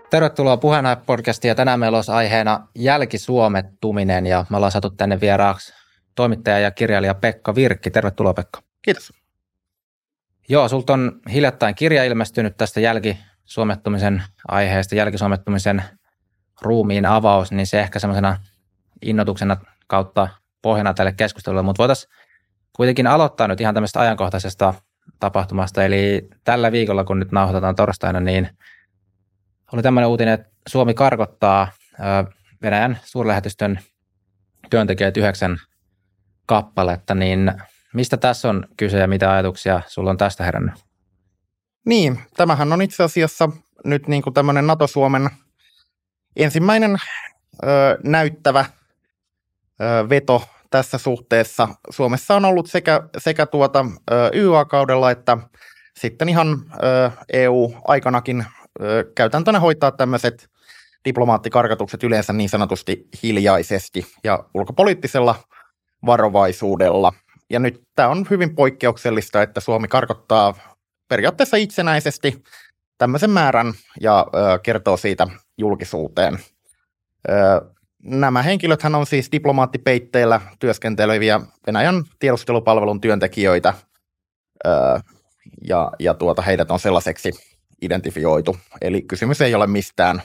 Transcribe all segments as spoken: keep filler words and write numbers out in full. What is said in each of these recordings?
Tervetuloa Puheenaihe-podcastiin ja tänään meillä olisi aiheena jälkisuomettuminen ja me ollaan saatu tänne vieraaksi toimittaja ja kirjailija Pekka Virkki. Tervetuloa Pekka. Kiitos. Joo, sulta on hiljattain kirja ilmestynyt tästä jälkisuomettumisen aiheesta, jälkisuomettumisen ruumiin avaus, niin se ehkä semmoisena innotuksena kautta pohjana tälle keskustelulle, mutta voitaisiin kuitenkin aloittaa nyt ihan tämmöisestä ajankohtaisesta tapahtumasta, eli tällä viikolla, kun nyt nauhoitetaan torstaina, niin oli tämmöinen uutinen, että Suomi karkottaa Venäjän suurlähetystön työntekijät yhdeksän kappaletta, niin mistä tässä on kyse ja mitä ajatuksia sulla on tästä herännyt? Niin, tämähän on itse asiassa nyt niin kuin tämmöinen NATO-Suomen ensimmäinen ö, näyttävä ö, veto tässä suhteessa. Suomessa on ollut sekä, sekä tuota ö, Y A-kaudella että sitten ihan ö, E U-aikanakin ö, käytäntönä hoitaa tämmöiset diplomaattikarkotukset yleensä niin sanotusti hiljaisesti ja ulkopoliittisella varovaisuudella. Ja nyt tämä on hyvin poikkeuksellista, että Suomi karkottaa periaatteessa itsenäisesti tämmöisen määrän ja ö, kertoo siitä julkisuuteen. Ö, nämä henkilöthän on siis diplomaattipeitteillä työskenteleviä Venäjän tiedustelupalvelun työntekijöitä ö, ja, ja tuota, heidät on sellaiseksi identifioitu. Eli kysymys ei ole mistään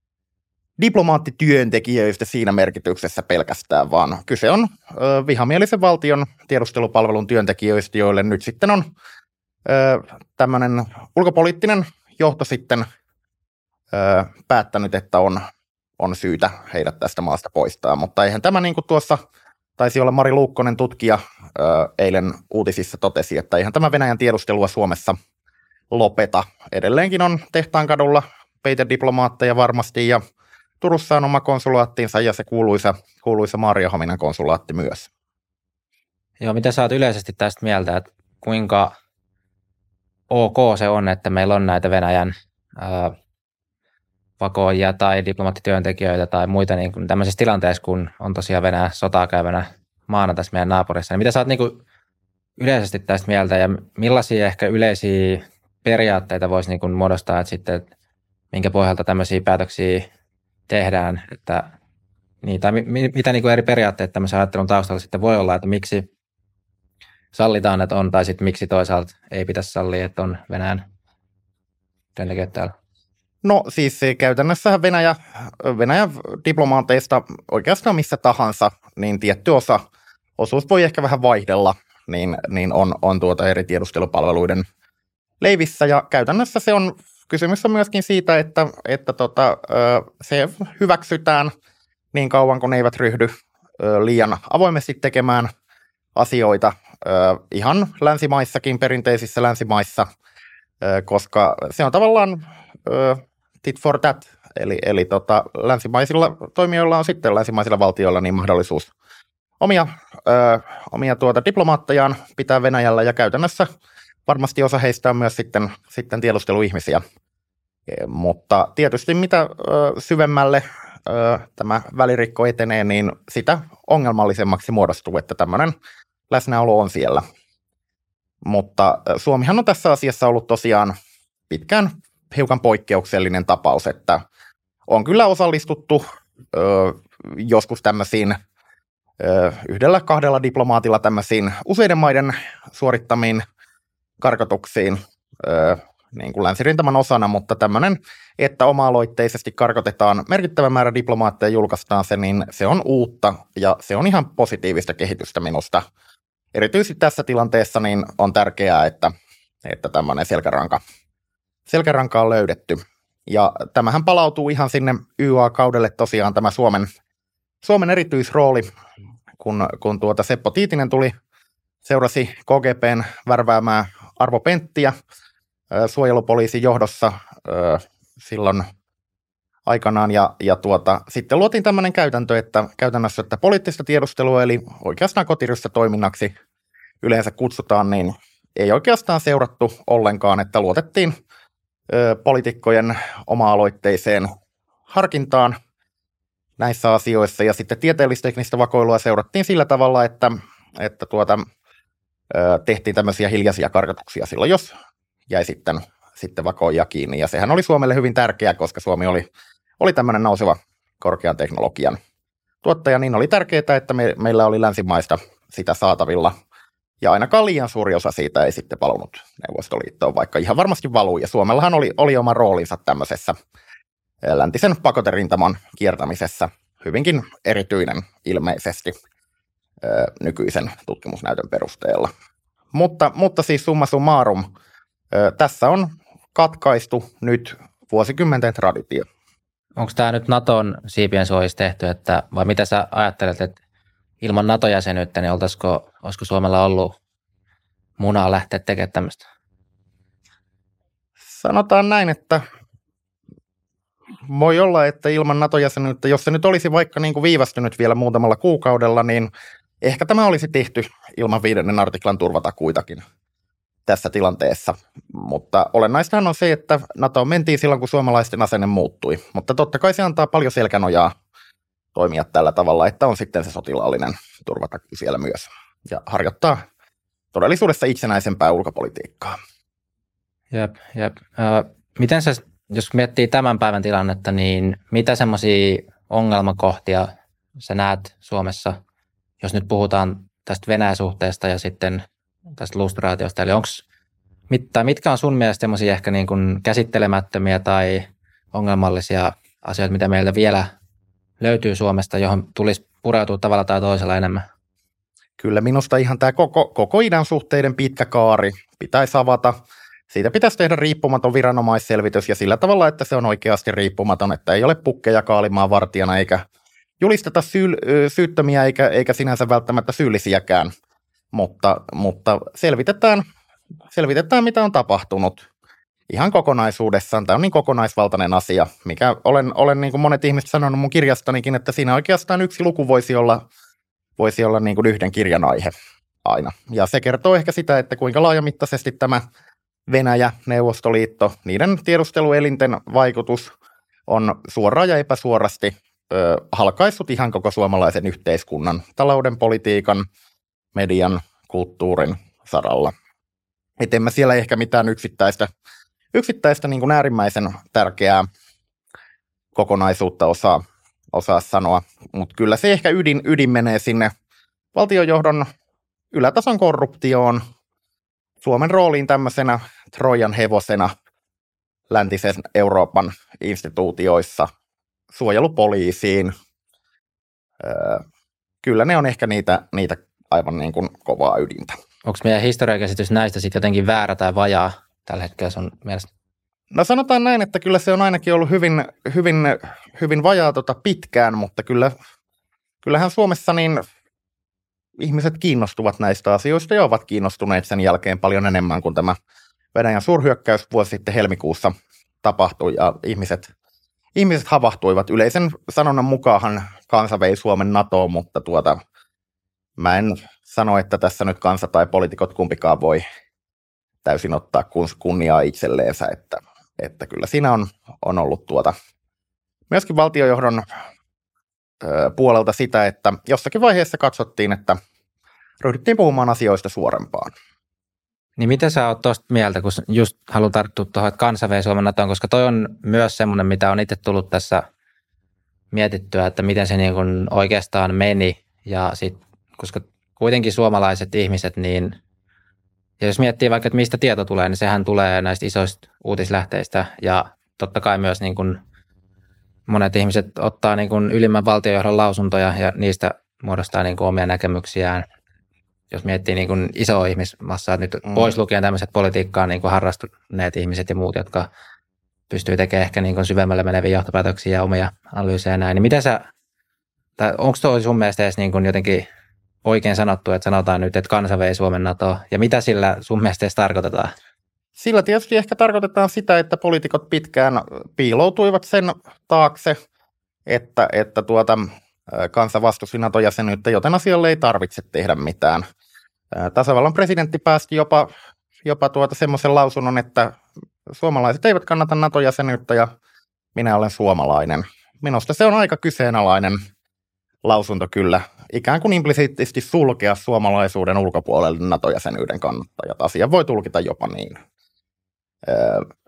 diplomaattityöntekijöistä siinä merkityksessä pelkästään, vaan kyse on ö, vihamielisen valtion tiedustelupalvelun työntekijöistä, joille nyt sitten on ö, tämmöinen ulkopoliittinen johto sitten ö, päättänyt, että on, on syytä heidät tästä maasta poistaa. Mutta eihän tämä, niin kuin tuossa taisi olla Mari Luukkonen tutkija ö, eilen uutisissa totesi, että eihän tämä Venäjän tiedustelua Suomessa lopeta. Edelleenkin on Tehtaankadulla peitediplomaatteja varmasti ja Turussa on oma konsulaattinsa ja se kuuluisa, kuuluisa Maarianhaminan konsulaatti myös. Joo, mitä sä oot yleisesti tästä mieltä, että kuinka ok se on, että meillä on näitä Venäjän ää, vakoojia tai diplomaattityöntekijöitä tai muita niin kuin tämmöisessä tilanteessa, kun on tosiaan Venäjä sotaa käyvänä maana tässä meidän naapurissa. Niin mitä sä oot niin kuin yleisesti tästä mieltä ja millaisia ehkä yleisiä periaatteita voisi niin kuin muodostaa, että sitten, että minkä pohjalta tämmöisiä päätöksiä tehdään, että niin, tai mi, mitä niin kuin eri periaatteet tämmöisen ajattelun taustalla sitten voi olla, että miksi sallitaan, että on, tai sitten miksi toisaalta ei pitäisi sallia, että on Venäjän työntekijät täällä? No siis käytännössähän Venäjä, Venäjän diplomaateista oikeastaan missä tahansa, niin tietty osa, osuus voi ehkä vähän vaihdella, niin, niin on, on tuota eri tiedustelupalveluiden leivissä, ja käytännössä se on kysymys on myöskin siitä, että, että tota, se hyväksytään niin kauan, kun ne eivät ryhdy liian avoimesti tekemään asioita ihan länsimaissakin, perinteisissä länsimaissa, koska se on tavallaan tit for tat, eli, eli tota, länsimaisilla toimijoilla on sitten länsimaisilla valtioilla niin mahdollisuus omia, ö, omia tuota, diplomaattejaan pitää Venäjällä, ja käytännössä varmasti osa heistä on myös sitten, sitten tiedusteluihmisiä, e, mutta tietysti mitä ö, syvemmälle ö, tämä välirikko etenee, niin sitä ongelmallisemmaksi muodostuu, että tämmöinen läsnäolo on siellä. Mutta Suomihan on tässä asiassa ollut tosiaan pitkään hiukan poikkeuksellinen tapaus, että on kyllä osallistuttu ö, joskus tämmöisiin ö, yhdellä kahdella diplomaatilla tämmöisiin useiden maiden suorittamiin karkotuksiin ö, niin kuin länsirintaman osana, mutta tämmöinen, että oma-aloitteisesti karkotetaan merkittävä määrä diplomaatteja ja julkaistaan se, niin se on uutta ja se on ihan positiivista kehitystä minusta. Erityisesti tässä tilanteessa niin on tärkeää, että, että tämmöinen selkäranka, selkäranka on löydetty. Ja tämähän palautuu ihan sinne Y A-kaudelle tosiaan tämä Suomen, Suomen erityisrooli, kun, kun tuota Seppo Tiitinen tuli, seurasi K G P:n värväämää Arvo Penttiä suojelupoliisin johdossa silloin aikanaan, ja, ja tuota, sitten luotiin tämmöinen käytäntö, että käytännössä, että poliittista tiedustelua, eli oikeastaan kotiryssä toiminnaksi yleensä kutsutaan, niin ei oikeastaan seurattu ollenkaan, että luotettiin ö, poliitikkojen oma-aloitteiseen harkintaan näissä asioissa, ja sitten tieteellisteknistä vakoilua seurattiin sillä tavalla, että, että tuota, ö, tehtiin tämmöisiä hiljaisia karkotuksia silloin, jos jäi sitten sitten vakoojia kiinni. Ja sehän oli Suomelle hyvin tärkeää, koska Suomi oli, oli tämmöinen nouseva korkean teknologian tuottaja, niin oli tärkeää, että me, meillä oli länsimaista sitä saatavilla. Ja ainakaan liian suuri osa siitä ei sitten valunut Neuvostoliittoon, vaikka ihan varmasti valuu. Ja Suomellahan oli, oli oma roolinsa tämmöisessä läntisen pakoterintaman kiertämisessä, hyvinkin erityinen ilmeisesti ö, nykyisen tutkimusnäytön perusteella. Mutta, mutta siis summa summarum, ö, tässä on katkaistu nyt vuosikymmenten traditio. Onko tämä nyt Naton siipien suojissa tehty, että, vai mitä sä ajattelet, että ilman NATO-jäsenyyttä, niin oltaisiko, olisiko Suomella ollut munaa lähteä tekemään tämmöistä? Sanotaan näin, että voi olla, että ilman NATO-jäsenyyttä, jos se nyt olisi vaikka niin kuin viivästynyt vielä muutamalla kuukaudella, niin ehkä tämä olisi tehty ilman viidennen artiklan turvatakuitakin tässä tilanteessa. Mutta olennaistahan on se, että NATO mentiin silloin, kun suomalaisten asenne muuttui. Mutta totta kai se antaa paljon selkänojaa toimia tällä tavalla, että on sitten se sotilaallinen turvatakuu siellä myös. Ja harjoittaa todellisuudessa itsenäisempää ulkopolitiikkaa. Jep, jep. Ö, miten sä, jos miettii tämän päivän tilannetta, niin mitä semmoisia ongelmakohtia sä näet Suomessa, jos nyt puhutaan tästä Venäjä-suhteesta ja sitten tästä lustraatiosta, eli onks, mit, tai mitkä on sun mielestä semmoisia ehkä niin kuin käsittelemättömiä tai ongelmallisia asioita, mitä meillä vielä löytyy Suomesta, johon tulisi pureutua tavalla tai toisella enemmän? Kyllä minusta ihan tämä koko, koko idän suhteiden pitkä kaari pitäisi avata. Siitä pitäisi tehdä riippumaton viranomaisselvitys ja sillä tavalla, että se on oikeasti riippumaton, että ei ole pukkeja kaalimaan vartijana eikä julisteta syy, syyttömiä eikä, eikä sinänsä välttämättä syyllisiäkään, mutta, mutta selvitetään, selvitetään, mitä on tapahtunut ihan kokonaisuudessaan. Tämä on niin kokonaisvaltainen asia, mikä olen, olen niin kuin monet ihmiset sanonut mun kirjastanikin, että siinä oikeastaan yksi luku voisi olla, voisi olla niin kuin yhden kirjan aihe aina. Ja se kertoo ehkä sitä, että kuinka laajamittaisesti tämä Venäjä, Neuvostoliitto, niiden tiedusteluelinten vaikutus on suoraan ja epäsuorasti ö, halkaissut ihan koko suomalaisen yhteiskunnan, talouden, politiikan, median, kulttuurin saralla. Et en mä siellä ehkä mitään yksittäistä, yksittäistä niin kuin äärimmäisen tärkeää kokonaisuutta osaa, osaa sanoa, mutta kyllä se ehkä ydin, ydin menee sinne valtionjohdon ylätason korruptioon, Suomen rooliin tämmöisenä Trojan hevosena läntisen Euroopan instituutioissa, suojelupoliisiin. Öö, kyllä ne on ehkä niitä, niitä aivan niin kuin kovaa ydintä. Onko meidän historiakäsitys näistä sitten jotenkin väärä tai vajaa tällä hetkellä sun mielestä? No sanotaan näin, että kyllä se on ainakin ollut hyvin, hyvin, hyvin vajaa tota pitkään, mutta kyllä, kyllähän Suomessa niin ihmiset kiinnostuvat näistä asioista ja ovat kiinnostuneet sen jälkeen paljon enemmän, kuin tämä Venäjän suurhyökkäys vuosi sitten helmikuussa tapahtui ja ihmiset, ihmiset havahtuivat. Yleisen sanonnan mukaan kansa vei Suomen NATOon, mutta tuota, mä en sano, että tässä nyt kansa tai poliitikot kumpikaan voi täysin ottaa kunniaa itselleensä, että, että kyllä siinä on, on ollut tuota, myöskin valtiojohdon puolelta sitä, että jossakin vaiheessa katsottiin, että ryhdyttiin puhumaan asioista suorempaan. Niin mitä sä oot tuosta mieltä, kun just haluan tarttua tuohon, että kansa vei Suomen NATOon, koska toi on myös semmoinen, mitä on itse tullut tässä mietittyä, että miten se niin kuin oikeastaan meni, ja sit, koska kuitenkin suomalaiset ihmiset, niin ja jos miettii vaikka, että mistä tieto tulee, niin sehän tulee näistä isoista uutislähteistä, ja totta kai myös niin kuin monet ihmiset ottaa niin kuin ylimmän valtionjohdon lausuntoja ja niistä muodostaa niin kuin omia näkemyksiään. Jos miettii niin kuin isoa ihmismassaa, nyt mm. pois lukien tämmöiset politiikkaan niin kuin harrastuneet ihmiset ja muut, jotka pystyy tekemään ehkä niin kuin syvemmälle meneviä johtopäätöksiä ja omia analyysejä ja näin. Niin mitä sä, tai onko tuo sun mielestä edes niin kuin jotenkin oikein sanottu, että sanotaan nyt, että kansa vei Suomen NATOon, ja mitä sillä sun mielestä edes tarkoitetaan? Sillä tietysti ehkä tarkoitetaan sitä, että poliitikot pitkään piiloutuivat sen taakse, että, että tuota, kansa vastusti NATO-jäsenyyttä, joten asialle ei tarvitse tehdä mitään. Tasavallan presidentti päästi jopa, jopa tuota semmoisen lausunnon, että suomalaiset eivät kannata NATO-jäsenyyttä ja minä olen suomalainen. Minusta se on aika kyseenalainen lausunto kyllä. Ikään kuin implisiittisesti sulkea suomalaisuuden ulkopuolelle NATO-jäsenyyden kannattajat. Asia voi tulkita jopa niin.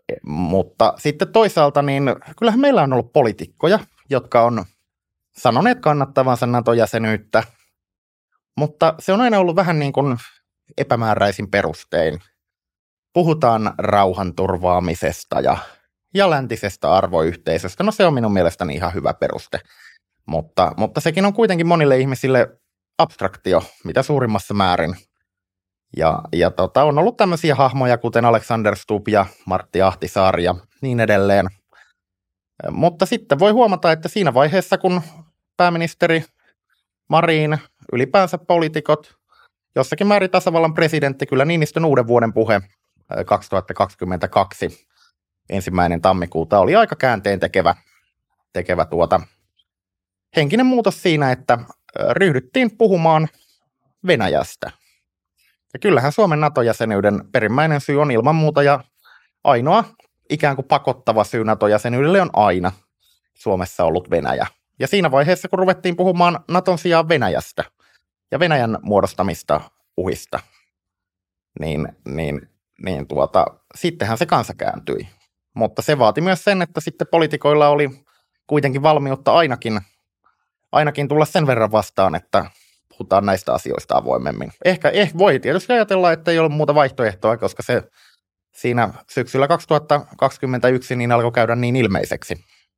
Mutta sitten toisaalta, niin kyllähän meillä on ollut poliitikkoja, jotka on sanoneet kannattavansa NATO-jäsenyyttä, mutta se on aina ollut vähän niin kuin epämääräisin perustein. Puhutaan rauhanturvaamisesta ja, ja läntisestä arvoyhteisöstä. No se on minun mielestäni ihan hyvä peruste, mutta, mutta sekin on kuitenkin monille ihmisille abstraktio, mitä suurimmassa määrin. Ja, ja tota, on ollut tämmöisiä hahmoja, kuten Alexander Stubb ja Martti Ahtisaari ja niin edelleen. Mutta sitten voi huomata, että siinä vaiheessa, kun pääministeri Marin, ylipäänsä poliitikot, jossakin määrin tasavallan presidentti, kyllä Niinistön uuden vuoden puhe kaksituhattakaksikymmentäkaksi ensimmäinen tammikuuta oli aika käänteen tekevä, tekevä tuota, henkinen muutos siinä, että ryhdyttiin puhumaan Venäjästä. Ja kyllähän Suomen NATO-jäsenyyden perimmäinen syy on ilman muuta, ja ainoa ikään kuin pakottava syy NATO-jäsenyydelle on aina Suomessa ollut Venäjä. Ja siinä vaiheessa, kun ruvettiin puhumaan Naton sijaan Venäjästä ja Venäjän muodostamista uhista, niin, niin, niin tuota, sittenhän se kansa kääntyi. Mutta se vaati myös sen, että sitten poliitikoilla oli kuitenkin valmiutta ainakin, ainakin tulla sen verran vastaan, että puhutaan näistä asioista avoimemmin. Ehkä, ehkä voi tietysti ajatella, että ei ole muuta vaihtoehtoa, koska se siinä syksyllä kaksituhattakaksikymmentäyksi niin alkoi käydä niin ilmeiseksi.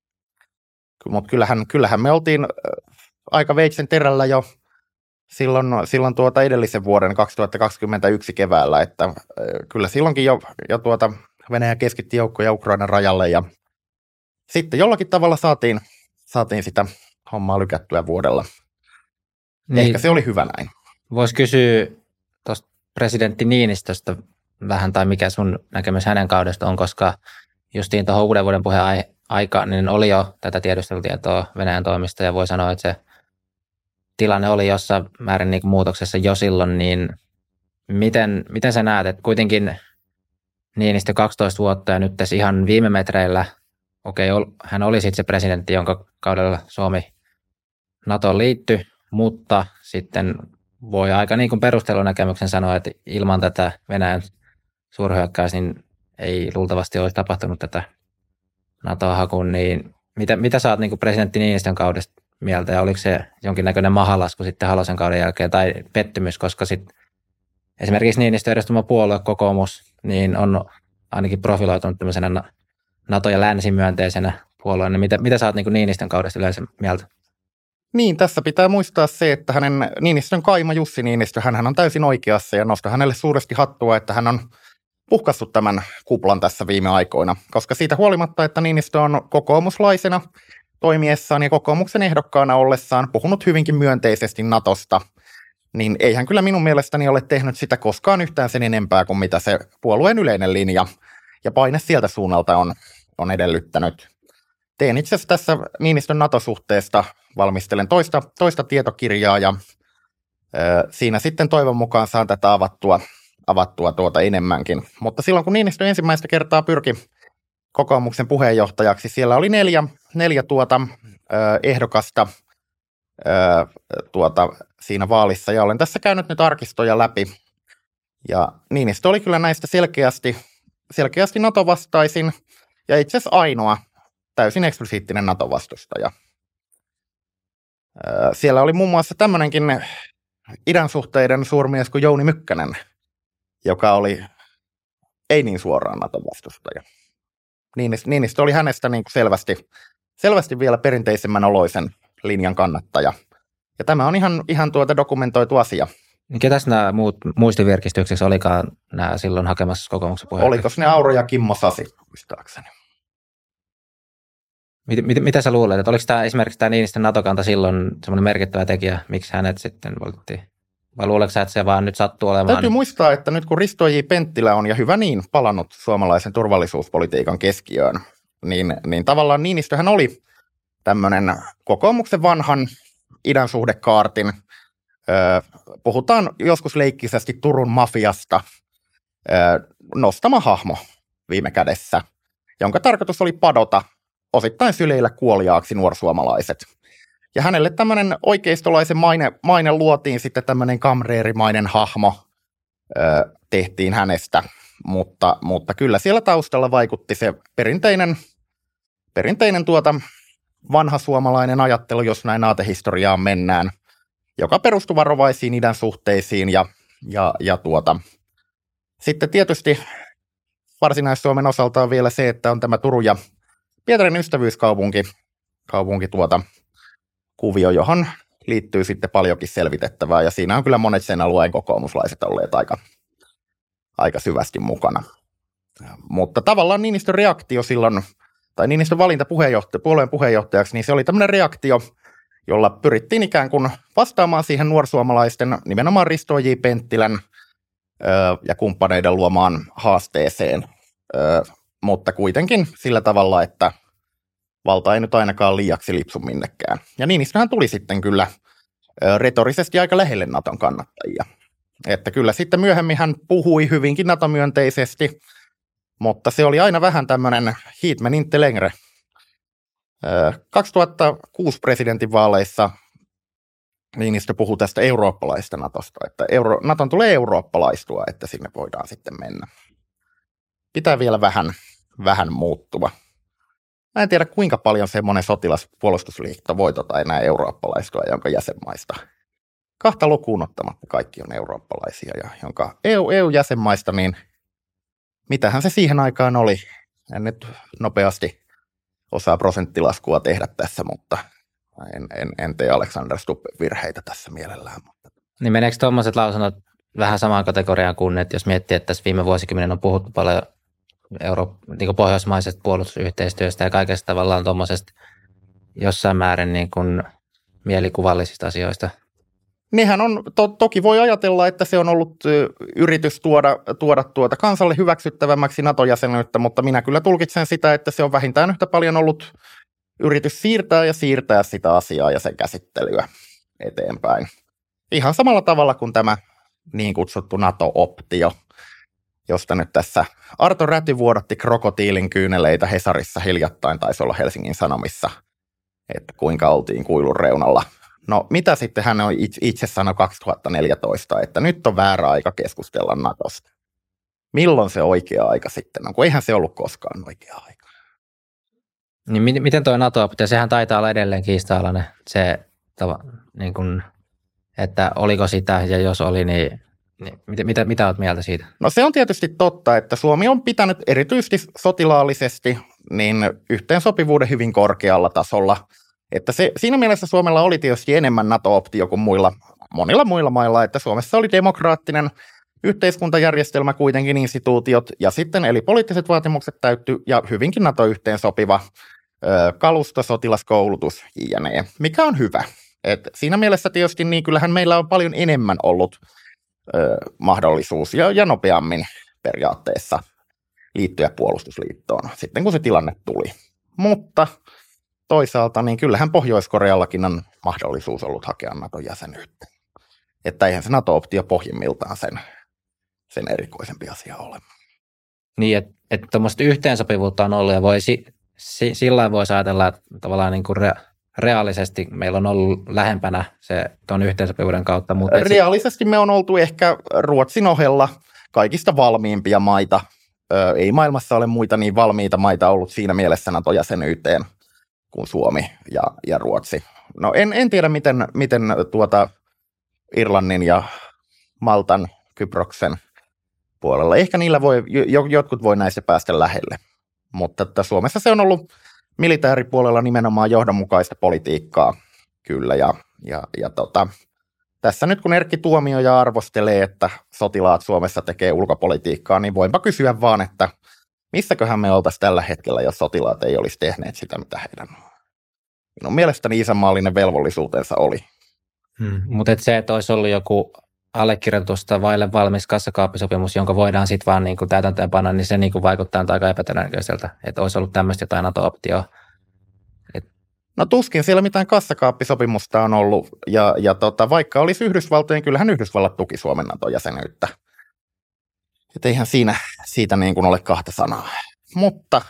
Mutta kyllähän, kyllähän me oltiin aika veitsen terällä jo silloin, silloin tuota edellisen vuoden kaksituhattakaksikymmentäyksi keväällä, että kyllä silloinkin jo, jo tuota Venäjä keskitti joukkoja Ukrainan rajalle ja sitten jollakin tavalla saatiin, saatiin sitä hommaa lykättyä vuodella. Niin, ehkä se oli hyvä näin. Voisi kysyä tuosta presidentti Niinistöstä vähän, tai mikä sun näkemys hänen kaudesta on, koska justiin tuohon uuden vuoden puheen aikaan niin oli jo tätä tiedustelutietoa Venäjän toimista, ja voi sanoa, että se tilanne oli jossain määrin niin kuin muutoksessa jo silloin, niin miten, miten sä näet, että kuitenkin Niinistö kaksitoista vuotta ja nyt tässä ihan viime metreillä, okei, hän oli sitten se presidentti, jonka kaudella Suomi NATOon liittyi, mutta sitten voi aika niin kuin perustelunäkemyksen sanoa, että ilman tätä Venäjän suurhyökkäys, niin ei luultavasti olisi tapahtunut tätä NATO-hakun, niin mitä, mitä sä oot niin kuin presidentti Niinistön kaudesta mieltä, ja oliko se jonkinnäköinen mahalasku sitten Halosen kauden jälkeen, tai pettymys, koska sitten esimerkiksi Niinistön edustama puolue, kokoomus, niin on ainakin profiloitunut tämmöisenä NATO- ja länsimyönteisenä puolueena. Mitä, mitä sä oot niin kuin Niinistön kaudesta yleensä mieltä? Niin, tässä pitää muistaa se, että hänen Niinistön kaima Jussi Niinistö, hän on täysin oikeassa ja nostaa hänelle suuresti hattua, että hän on puhkassut tämän kuplan tässä viime aikoina, koska siitä huolimatta, että Niinistö on kokoomuslaisena toimiessaan ja kokoomuksen ehdokkaana ollessaan puhunut hyvinkin myönteisesti Natosta, niin ei hän kyllä minun mielestäni ole tehnyt sitä koskaan yhtään sen enempää kuin mitä se puolueen yleinen linja ja paine sieltä suunnalta on, on edellyttänyt. Teen itse asiassa tässä Niinistön NATO-suhteesta, valmistelen toista, toista tietokirjaa ja ö, siinä sitten toivon mukaan saan tätä avattua, avattua tuota enemmänkin. Mutta silloin kun Niinistö ensimmäistä kertaa pyrki kokoomuksen puheenjohtajaksi, siellä oli neljä, neljä tuota, ö, ehdokasta ö, tuota, siinä vaalissa ja olen tässä käynyt nyt arkistoja läpi. Ja Niinistö oli kyllä näistä selkeästi, selkeästi NATO-vastaisin ja itse asiassa ainoa täysin eksplisiittinen NATO-vastustaja. Siellä oli muun muassa tämmöinenkin idän suhteiden suurmies kuin Jouni Mykkänen, joka oli ei niin suoraan NATO-vastustaja. Niinistö oli hänestä niin kuin selvästi, selvästi vielä perinteisemmän oloisen linjan kannattaja. Ja tämä on ihan, ihan tuota dokumentoitu asia. Ketäs nämä muut muistivirkistyksessä olikaan nämä silloin hakemassa kokoomuksen puheenjohtaja? Oliko ne Auro ja Kimmo Sasi, muistaakseni? Mitä, mitä, mitä sä luulet, että oliko tämä esimerkiksi tämä Niinistön NATO-kanta silloin semmoinen merkittävä tekijä, miksi hänet sitten valittiin? Vai luuletko sä, että se vaan nyt sattuu olemaan? Täytyy muistaa, että nyt kun Risto J. Penttilä on ja hyvä niin palannut suomalaisen turvallisuuspolitiikan keskiöön, niin, niin tavallaan Niinistöhän oli tämmöinen kokoomuksen vanhan idän suhdekaartin, öö, puhutaan joskus leikkisesti Turun mafiasta, öö, nostama hahmo viime kädessä, jonka tarkoitus oli padota osittain syleillä kuoliaaksi nuorsuomalaiset. Ja hänelle tämmöinen oikeistolaisen maine, maine luotiin sitten tämmöinen kamreerimainen hahmo, ö, tehtiin hänestä. mutta, mutta kyllä siellä taustalla vaikutti se perinteinen, perinteinen tuota vanha suomalainen ajattelu, jos näin aatehistoriaan mennään, joka perustui varovaisiin idän suhteisiin ja, ja, ja tuota, sitten tietysti Varsinais-Suomen osalta on vielä se, että on tämä Turun ja Pietarin ystävyyskaupunki kaupunki tuota kuvio, johon liittyy sitten paljonkin selvitettävää, ja siinä on kyllä monet sen alueen kokoomuslaiset olleet aika, aika syvästi mukana. Mutta tavallaan Niinistön reaktio silloin, tai Niinistön valinta puheenjohtaja, puolueen puheenjohtajaksi, niin se oli tämmöinen reaktio, jolla pyrittiin ikään kuin vastaamaan siihen nuorsuomalaisten, nimenomaan Risto J. Penttilän ö, ja kumppaneiden luomaan haasteeseen, ö, mutta kuitenkin sillä tavalla, että valta ei nyt ainakaan liiaksi lipsu minnekään. Ja Niinistöhän tuli sitten kyllä ö, retorisesti aika lähelle Naton kannattajia. Että kyllä sitten myöhemmin hän puhui hyvinkin NATO-myönteisesti, mutta se oli aina vähän tämmöinen hit men inte längre. kaksituhattakuusi presidentinvaaleissa Niinistö puhui tästä eurooppalaista Natosta, että Euro, Naton tulee eurooppalaistua, että sinne voidaan sitten mennä. Pitää vielä vähän, vähän muuttua. Mä en tiedä, kuinka paljon semmoinen sotilaspuolustusliitto voi tota enää eurooppalaistua, jonka jäsenmaista kahta lukuun ottamatta kaikki on eurooppalaisia, ja jonka E U, E U-jäsenmaista, niin mitähän se siihen aikaan oli? En nyt nopeasti osaa prosenttilaskua tehdä tässä, mutta en, en, en tee Alexander Stubbin virheitä tässä mielellään. Niin meneekö tuommoiset lausunnot vähän samaan kategoriaan kuin, että jos miettii, että tässä viime vuosikymmenen on puhuttu paljon Euro, niin pohjoismaisesta puolustusyhteistyöstä ja kaikesta tavallaan tuommoisesta jossain määrin niin kuin mielikuvallisista asioista? Niinhän on, to, toki voi ajatella, että se on ollut y, yritys tuoda, tuoda tuota kansalle hyväksyttävämmäksi NATO-jäsenyyttä, mutta minä kyllä tulkitsen sitä, että se on vähintään yhtä paljon ollut yritys siirtää ja siirtää sitä asiaa ja sen käsittelyä eteenpäin. Ihan samalla tavalla kuin tämä niin kutsuttu NATO-optio, josta nyt tässä Arto Räty vuodatti krokotiilin kyyneleitä Hesarissa hiljattain, taisi olla Helsingin Sanomissa, että kuinka oltiin kuilun reunalla. No mitä sitten hän on itse sanoi kaksituhattaneljätoista, että nyt on väärä aika keskustella Natosta. Milloin se oikea aika sitten on, kun eihän se ollut koskaan oikea aika. Niin miten tuo NATO-optio, sehän taitaa olla edelleen kiista-alainen, se, niin kun, että oliko sitä ja jos oli, niin, niin mitä, mitä, mitä olet mieltä siitä? No se on tietysti totta, että Suomi on pitänyt erityisesti sotilaallisesti niin yhteensopivuuden hyvin korkealla tasolla. Että se, siinä mielessä Suomella oli tietysti enemmän NATO-optio kuin muilla, monilla muilla mailla, että Suomessa oli demokraattinen yhteiskuntajärjestelmä kuitenkin, instituutiot ja sitten eli poliittiset vaatimukset täytty ja hyvinkin NATO-yhteen sopiva ö, kalusto, sotilaskoulutus jne, mikä on hyvä. Et siinä mielessä tietysti niin kyllähän meillä on paljon enemmän ollut ö, mahdollisuus ja, ja nopeammin periaatteessa liittyä puolustusliittoon sitten kun se tilanne tuli. Mutta toisaalta niin kyllähän Pohjois-Koreallakin on mahdollisuus ollut hakea Naton jäsenyyttä. Että eihän se NATO-optio pohjimmiltaan sen, sen erikoisempi asia ole. Niin, että et tuommoista yhteensopivuutta on ollut ja voi, si, si, sillä voisi ajatella, että tavallaan niin kuin re, reaalisesti meillä on ollut lähempänä se tuon yhteensopivuuden kautta. Mutta reaalisesti me on oltu ehkä Ruotsin ohella kaikista valmiimpia maita. Ö, ei maailmassa ole muita niin valmiita maita ollut siinä mielessä NATO-jäsenyyteen kuin Suomi ja, ja Ruotsi. No en, en tiedä, miten, miten tuota Irlannin ja Maltan, Kyproksen puolella. Ehkä niillä voi, jotkut voi näistä päästä lähelle. Mutta että Suomessa se on ollut militaaripuolella nimenomaan johdonmukaista politiikkaa, kyllä. Ja, ja, ja tota, tässä nyt kun Erkki Tuomioja arvostelee, että sotilaat Suomessa tekee ulkopolitiikkaa, niin voinpa kysyä vaan, että missäköhän me oltaisiin tällä hetkellä, jos sotilaat ei olisi tehneet sitä, mitä heidän minun mielestäni isänmaallinen velvollisuutensa oli. Hmm. Mutta et se, että olisi ollut joku allekirjoitusta vaille valmis kassakaappisopimus, jonka voidaan sitten vaan niinku täytäntöönpanna, niin se niinku vaikuttaa aika epätodennäköiseltä, että olisi ollut tämmöistä jotain NATO-optioa. Et... No tuskin siellä mitään kassakaappisopimusta on ollut, ja, ja tota, vaikka olisi Yhdysvaltojen, kyllähän Yhdysvallat tuki Suomen NATO-jäsenyyttä. Että eihän siinä siitä niin kuin ole kahta sanaa. Mutta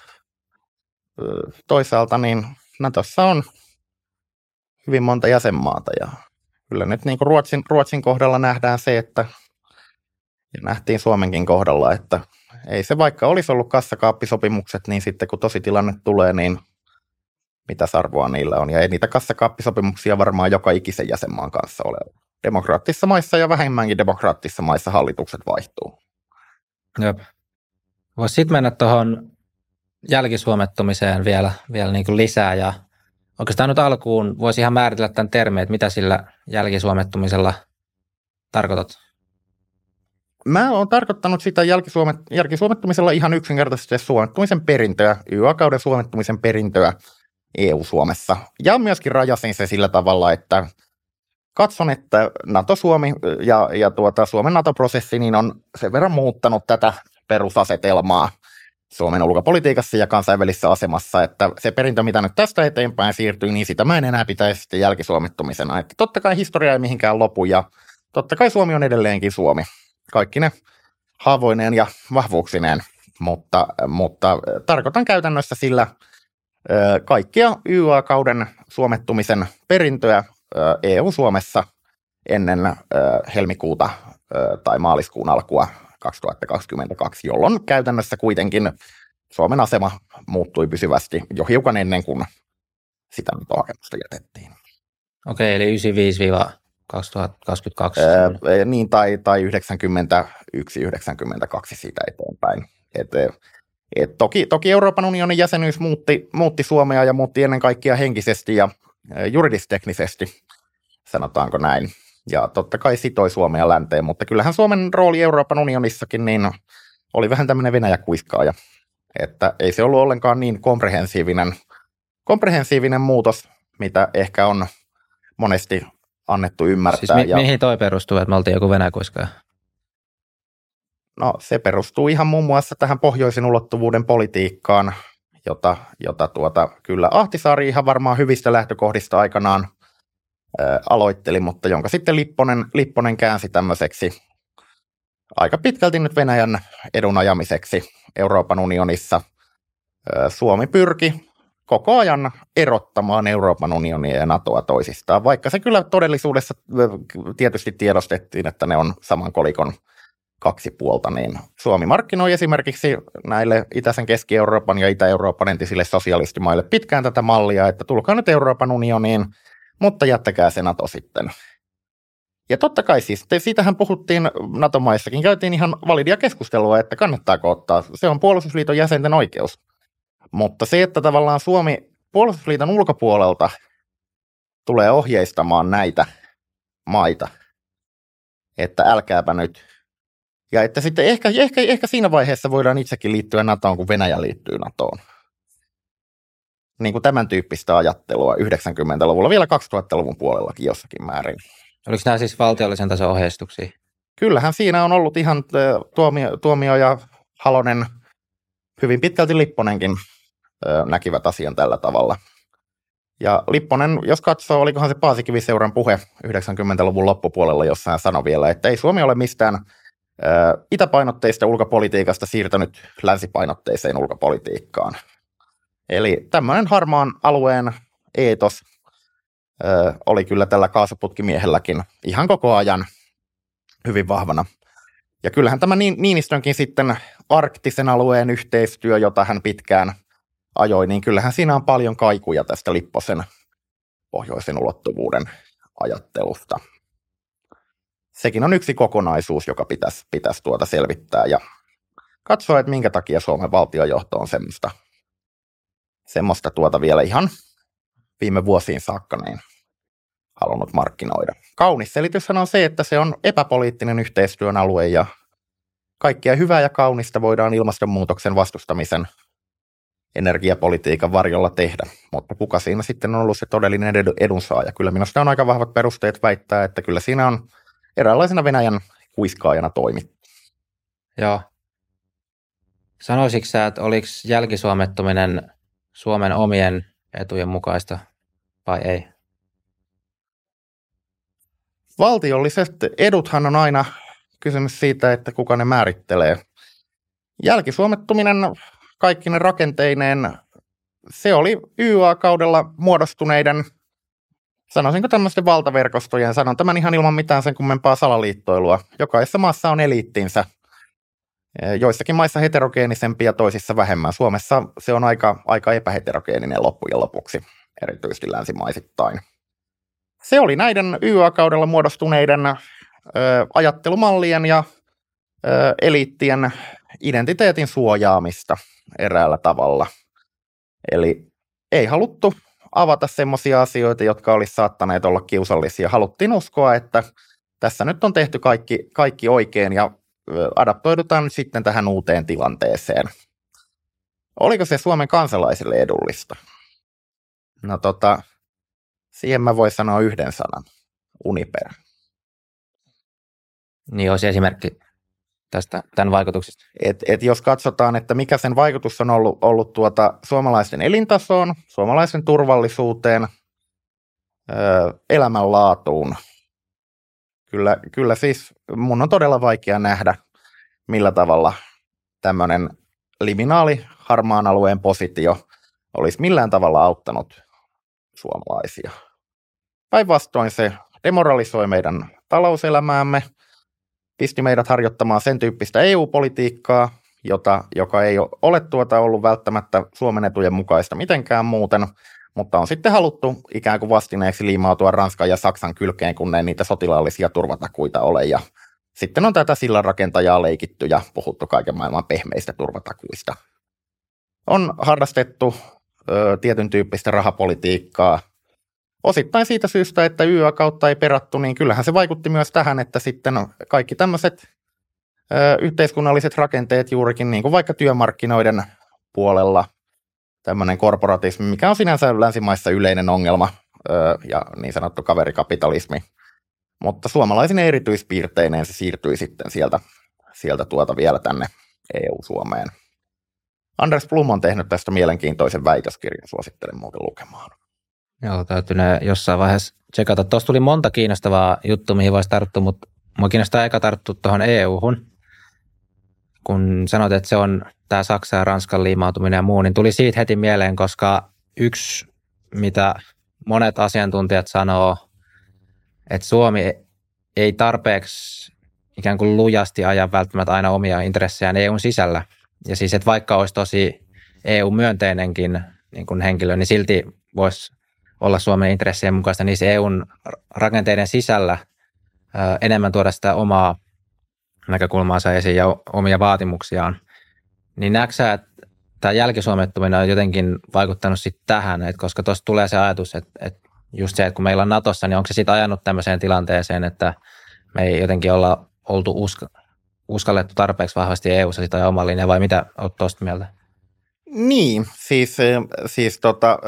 toisaalta niin Natossa on hyvin monta jäsenmaata ja kyllä nyt niin kuin Ruotsin, Ruotsin kohdalla nähdään se, että ja nähtiin Suomenkin kohdalla, että Ei se vaikka olisi ollut kassakaappisopimukset, niin sitten kun tositilanne tulee, niin mitä arvoa niillä on. Ja ei niitä kassakaappisopimuksia varmaan joka ikisen jäsenmaan kanssa ole. Demokraattisissa maissa ja vähemmänkin demokraattisissa maissa hallitukset vaihtuu. Jep. Voisi sitten mennä tuohon jälkisuomettumiseen vielä, vielä niin kuin lisää. Ja oikeastaan nyt alkuun voisi ihan määritellä tämän termin, että mitä sillä jälkisuomettumisella tarkoitat? Mä oon tarkoittanut sitä jälkisuomet, jälkisuomettumisella ihan yksinkertaisesti suomettumisen perintöä, Y A-kauden suomettumisen perintöä E U-Suomessa. Ja myöskin rajasin se sillä tavalla, että katson, että NATO-Suomi ja, ja tuota, Suomen NATO-prosessi niin on sen verran muuttanut tätä perusasetelmaa Suomen ulkopolitiikassa ja kansainvälisessä asemassa, että se perintö, mitä nyt tästä eteenpäin siirtyy, niin sitä mä en enää pitäisi sitten jälkisuomittumisena. Että totta kai historia ei mihinkään lopu ja totta kai Suomi on edelleenkin Suomi. Kaikki ne haavoineen ja vahvuuksineen, mutta, mutta tarkoitan käytännössä sillä ö, kaikkia Y A-kauden suomettumisen perintöä ö, E U-Suomessa ennen ö, helmikuuta ö, tai maaliskuun alkua kaksituhattakaksikymmentäkaksi, jolloin käytännössä kuitenkin Suomen asema muuttui pysyvästi jo hiukan ennen kuin sitä hakemusta jätettiin. Okei, eli yhdeksänkymmentäviisi kaksituhattakaksikymmentäkaksi. Öö, niin, tai, tai yhdeksänkymmentäyksi yhdeksänkymmentäkaksi siitä eteenpäin. Et, et toki, toki Euroopan unionin jäsenyys muutti, muutti Suomea ja muutti ennen kaikkea henkisesti ja juridisteknisesti, sanotaanko näin. Ja totta kai sitoi Suomea länteen, mutta kyllähän Suomen rooli Euroopan unionissakin niin oli vähän tämmöinen Venäjä-kuiskaaja. Että ei se ollut ollenkaan niin komprehensiivinen, komprehensiivinen muutos, mitä ehkä on monesti annettu ymmärtää. Siis mi- ja, mihin toi perustuu, että me oltiin joku Venäjä-kuiskaaja? No se perustuu ihan muun muassa tähän pohjoisen ulottuvuuden politiikkaan, jota, jota tuota, kyllä Ahtisaari ihan varmaan hyvistä lähtökohdista aikanaan ää, aloitteli, mutta jonka sitten Lipponen, Lipponen käänsi tämmöiseksi aika pitkälti nyt Venäjän edun ajamiseksi Euroopan unionissa. Ää, Suomi pyrki koko ajan erottamaan Euroopan unionia ja NATOa toisistaan, vaikka se kyllä todellisuudessa tietysti tiedostettiin, että ne on saman kolikon kaksi puolta, niin Suomi markkinoi esimerkiksi näille itäisen Keski-Euroopan ja Itä-Euroopan entisille sosialistimaille pitkään tätä mallia, että tulkaa nyt Euroopan unioniin, mutta jättäkää se NATO sitten. Ja totta kai siis, siitähän puhuttiin NATO-maissakin, käytiin ihan validia keskustelua, että kannattaako ottaa, se on puolustusliiton jäsenten oikeus. Mutta se, että tavallaan Suomi puolustusliiton ulkopuolelta tulee ohjeistamaan näitä maita, että älkääpä nyt. Ja että sitten ehkä, ehkä, ehkä siinä vaiheessa voidaan itsekin liittyä NATOon, kun Venäjä liittyy NATOon. Niin kuin tämän tyyppistä ajattelua yhdeksänkymmentäluvulla, vielä kaksituhattaluvun puolellakin jossakin määrin. Oliko nämä siis valtiollisen tason ohjeistuksia? Kyllähän siinä on ollut ihan Tuomio, Tuomio ja Halonen, hyvin pitkälti Lipponenkin näkivät asian tällä tavalla. Ja Lipponen, jos katsoo, olikohan se Paasikivi-seuran puhe yhdeksänkymmentäluvun loppupuolella, jossa hän sanoi vielä, että ei Suomi ole mistään ä, itäpainotteista ulkopolitiikasta siirtänyt länsipainotteiseen ulkopolitiikkaan. Eli tämmöinen harmaan alueen eetos ä, oli kyllä tällä kaasuputkimiehelläkin ihan koko ajan hyvin vahvana. Ja kyllähän tämä Niinistönkin sitten arktisen alueen yhteistyö, jota hän pitkään ajoi, niin kyllähän siinä on paljon kaikuja tästä Lipposen pohjoisen ulottuvuuden ajattelusta. Sekin on yksi kokonaisuus, joka pitäisi, pitäisi tuota selvittää ja katsoa, että minkä takia Suomen valtiojohto on semmoista, semmoista tuota vielä ihan viime vuosiin saakka niin halunnut markkinoida. Kaunis selityshän on se, että se on epäpoliittinen yhteistyön alue ja kaikkea hyvää ja kaunista voidaan ilmastonmuutoksen vastustamisen energiapolitiikan varjolla tehdä, mutta kuka siinä sitten on ollut se todellinen edunsaaja? Kyllä minusta on aika vahvat perusteet väittää, että kyllä siinä on eräänlaisena Venäjän kuiskaajana toimittu. Joo. Sanoisitko sä, että oliko jälkisuomettuminen Suomen omien etujen mukaista vai ei? Valtiolliset eduthan on aina kysymys siitä, että kuka ne määrittelee. Jälkisuomettuminen kaikki ne rakenteineen, se oli Y A-kaudella muodostuneiden, sanoisinko tämmöisten valtaverkostojen, sanon tämän ihan ilman mitään sen kummempaa salaliittoilua. Jokaisessa maassa on eliittinsä, Joissakin maissa heterogeenisempi ja toisissa vähemmän. Suomessa se on aika, aika epäheterogeeninen loppujen lopuksi, erityisesti länsimaisittain. Se oli näiden Y A-kaudella muodostuneiden ö, ajattelumallien ja ö, eliittien identiteetin suojaamista eräällä tavalla. Eli ei haluttu avata semmoisia asioita, jotka olisi saattaneet olla kiusallisia. Haluttiin uskoa, että tässä nyt on tehty kaikki, kaikki oikein ja adaptoidutaan nyt sitten tähän uuteen tilanteeseen. Oliko se Suomen kansalaisille edullista? No tota, siihen mä voin sanoa yhden sanan. Uniper. Niin olisi esimerkki tästä, tämän vaikutuksista. Et, et jos katsotaan, että mikä sen vaikutus on ollut, ollut tuota suomalaisten elintasoon, suomalaisen turvallisuuteen, ö, elämänlaatuun. Kyllä, kyllä siis mun on todella vaikea nähdä, millä tavalla tämmöinen liminaali harmaan alueen positio olisi millään tavalla auttanut suomalaisia. Päinvastoin se demoralisoi meidän talouselämäämme, pisti meidät harjoittamaan sen tyyppistä E U-politiikkaa, jota, joka ei ole tuota ollut välttämättä Suomen etujen mukaista mitenkään muuten, mutta on sitten haluttu ikään kuin vastineeksi liimautua Ranskan ja Saksan kylkeen, kun ei niitä sotilaallisia turvatakuita ole. Ja sitten on tätä sillanrakentajaa leikitty ja puhuttu kaiken maailman pehmeistä turvatakuista. On harrastettu ö, tietyn tyyppistä rahapolitiikkaa. Osittain siitä syystä, että Y A-kautta ei perattu, niin kyllähän se vaikutti myös tähän, että sitten kaikki tämmöiset ö, yhteiskunnalliset rakenteet juurikin, niin kuin vaikka työmarkkinoiden puolella, tämmöinen korporatismi, mikä on sinänsä länsimaissa yleinen ongelma ö, ja niin sanottu kaverikapitalismi, mutta suomalaisine erityispiirteineen se siirtyi sitten sieltä, sieltä tuota vielä tänne E U-Suomeen. Anders Blum on tehnyt tästä mielenkiintoisen väitöskirjan, suosittelen muuten lukemaan. Joo, täytyy ne jossain vaiheessa tsekata. Tuossa tuli monta kiinnostavaa juttua, mihin voisi tarttua, mutta minua kiinnostaa eka tarttua tuohon E U-hun. Kun sanoit, että se on tämä Saksan ja Ranskan liimautuminen ja muu, niin tuli siitä heti mieleen, koska yksi, mitä monet asiantuntijat sanoo, että Suomi ei tarpeeksi ikään kuin lujasti aja välttämättä aina omia intressejään E U:n sisällä. Ja siis, että vaikka olisi tosi E U-myönteinenkin niin kuin henkilö, niin silti voisi olla Suomen intressien mukaista niissä E U:n rakenteiden sisällä ää, enemmän tuoda sitä omaa näkökulmaansa esiin ja omia vaatimuksiaan. Niin näetkö sä, että tämä jälkisuomettuminen on jotenkin vaikuttanut sitten tähän, että koska tuossa tulee se ajatus, että, että just se, että kun meillä on Natossa, niin onko se sitten ajanut tämmöiseen tilanteeseen, että me ei jotenkin olla oltu uska, uskallettu tarpeeksi vahvasti E U:ssa sitä oman linjaa, vai mitä olet tuosta mieltä? Niin, siis, siis tota,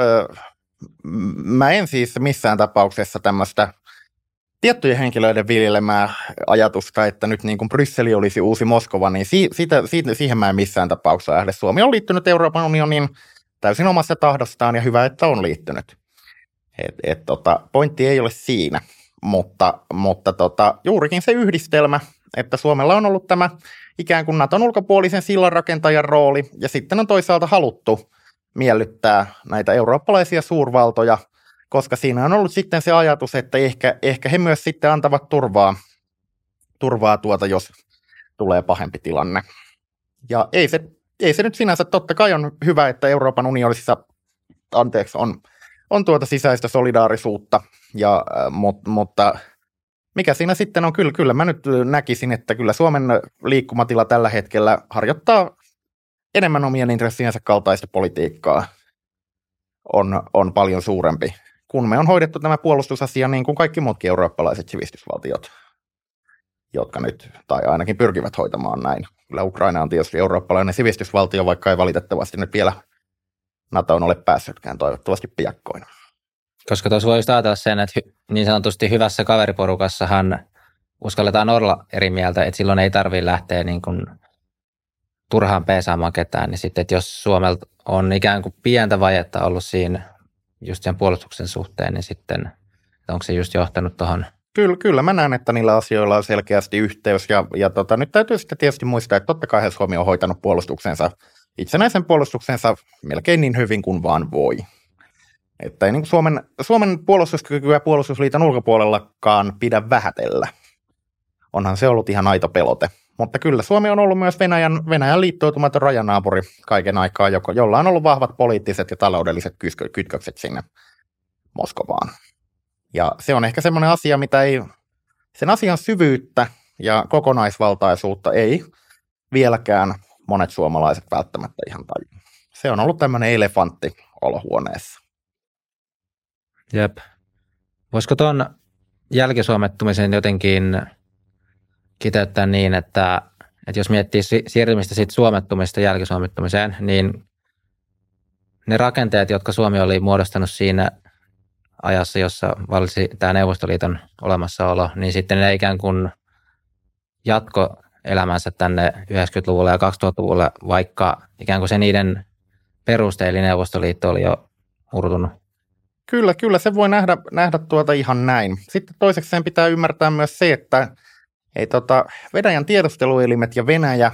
mä en siis missään tapauksessa tämmöistä tiettyjen henkilöiden viljelemää ajatusta, että nyt niin kuin Brysseli olisi uusi Moskova, niin si- siitä, siitä, siihen mä en missään tapauksessa lähde. Suomi on liittynyt Euroopan unioniin täysin omassa tahdostaan ja hyvä, että on liittynyt. Et, et, tota, pointti ei ole siinä, mutta, mutta tota, juurikin se yhdistelmä, että Suomella on ollut tämä ikään kuin Naton ulkopuolisen sillanrakentajan rooli ja sitten on toisaalta haluttu miellyttää näitä eurooppalaisia suurvaltoja, koska siinä on ollut sitten se ajatus, että ehkä, ehkä he myös sitten antavat turvaa, turvaa tuota, jos tulee pahempi tilanne. Ja ei se, ei se nyt sinänsä, totta kai on hyvä, että Euroopan unionissa, anteeksi, on, on tuota sisäistä solidaarisuutta, ja, mutta, mutta mikä siinä sitten on, kyllä, kyllä mä nyt näkisin, että kyllä Suomen liikkumatila tällä hetkellä harjoittaa enemmän omien intressiensä kaltaista politiikkaa, on, on paljon suurempi, kun me on hoidettu tämä puolustusasia niin kuin kaikki muutkin eurooppalaiset sivistysvaltiot, jotka nyt, tai ainakin pyrkivät hoitamaan näin. Kyllä Ukraina on tietysti eurooppalainen sivistysvaltio, vaikka ei valitettavasti nyt vielä NATOon ole päässytkään, toivottavasti piakkoin. Koska tuossa voi just ajatella sen, että niin sanotusti hyvässä kaveriporukassahan uskalletaan olla eri mieltä, että silloin ei tarvitse lähteä niin kuin turhaan peesaamaan ketään, niin sitten, että jos Suomelta on ikään kuin pientä vajetta ollut siinä just sen puolustuksen suhteen, niin sitten onko se just johtanut tuohon? Kyllä, kyllä mä näen, että niillä asioilla on selkeästi yhteys ja, ja tota, nyt täytyy sitten tietysti muistaa, että totta kai Suomi on hoitanut puolustuksensa, itsenäisen puolustuksensa melkein niin hyvin kuin vaan voi. Että ei niin kuin Suomen, Suomen puolustuskykyä puolustusliiton ulkopuolellakaan pidä vähätellä. Onhan se ollut ihan aito pelote Mutta kyllä Suomi on ollut myös Venäjän, Venäjän liittoutumaton rajanaapuri kaiken aikaa, jolla on ollut vahvat poliittiset ja taloudelliset kytkökset sinne Moskovaan. Ja se on ehkä semmoinen asia, mitä ei, sen asian syvyyttä ja kokonaisvaltaisuutta ei vieläkään monet suomalaiset välttämättä ihan tajua. Se on ollut tämmöinen elefantti olohuoneessa. Jep. Voisiko tuon jälkisuomettumisen jotenkin kiteyttää niin, että, että jos miettii siirtymistä siitä suomettumista jälkisuomettumiseen, niin ne rakenteet, jotka Suomi oli muodostanut siinä ajassa, jossa valisi tämä Neuvostoliiton olemassaolo, niin sitten ne ikään kuin jatko elämänsä tänne yhdeksänkymmentäluvulle ja kaksituhattaluvulle, vaikka ikään kuin se niiden peruste, eli Neuvostoliitto oli jo murtunut. Kyllä, kyllä se voi nähdä, nähdä tuota ihan näin. Sitten toisekseen pitää ymmärtää myös se, että ei, tota, Venäjän tiedusteluelimet ja Venäjä,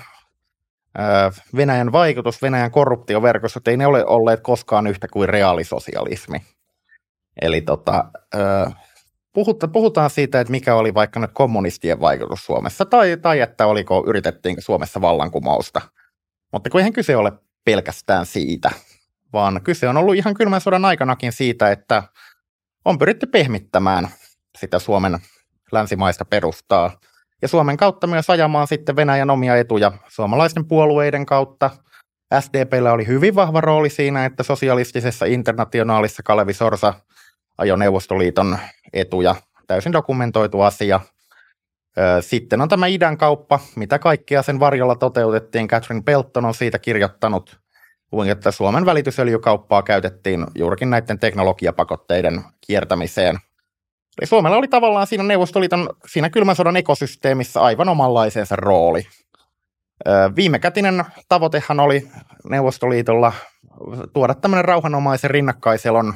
ää, Venäjän vaikutus, Venäjän korruptioverkostot, ei ne ole olleet koskaan yhtä kuin reaalisosialismi. Eli tota, ää, puhuta, puhutaan siitä, että mikä oli vaikka nyt kommunistien vaikutus Suomessa, tai, tai että oliko, yritettiinkö Suomessa vallankumousta. Mutta kun eihän kyse ole pelkästään siitä, vaan kyse on ollut ihan kylmän sodan aikanakin siitä, että on pyritty pehmittämään sitä Suomen länsimaista perustaa. Ja Suomen kautta myös ajamaan sitten Venäjän omia etuja suomalaisten puolueiden kautta. S D P:llä oli hyvin vahva rooli siinä, että sosialistisessa internationaalissa Kalevi Sorsa ajoi Neuvostoliiton etuja. Täysin dokumentoitu asia. Sitten on tämä idän kauppa, mitä kaikkea sen varjolla toteutettiin. Catherine Pelton on siitä kirjoittanut, että Suomen välitysöljykauppaa käytettiin juurikin näiden teknologiapakotteiden kiertämiseen. Eli Suomella oli tavallaan siinä Neuvostoliiton, siinä kylmän sodan ekosysteemissä aivan omanlaisensa rooli. Viimekätinen tavoitehan oli Neuvostoliitolla tuoda tämmöinen rauhanomaisen rinnakkaiselon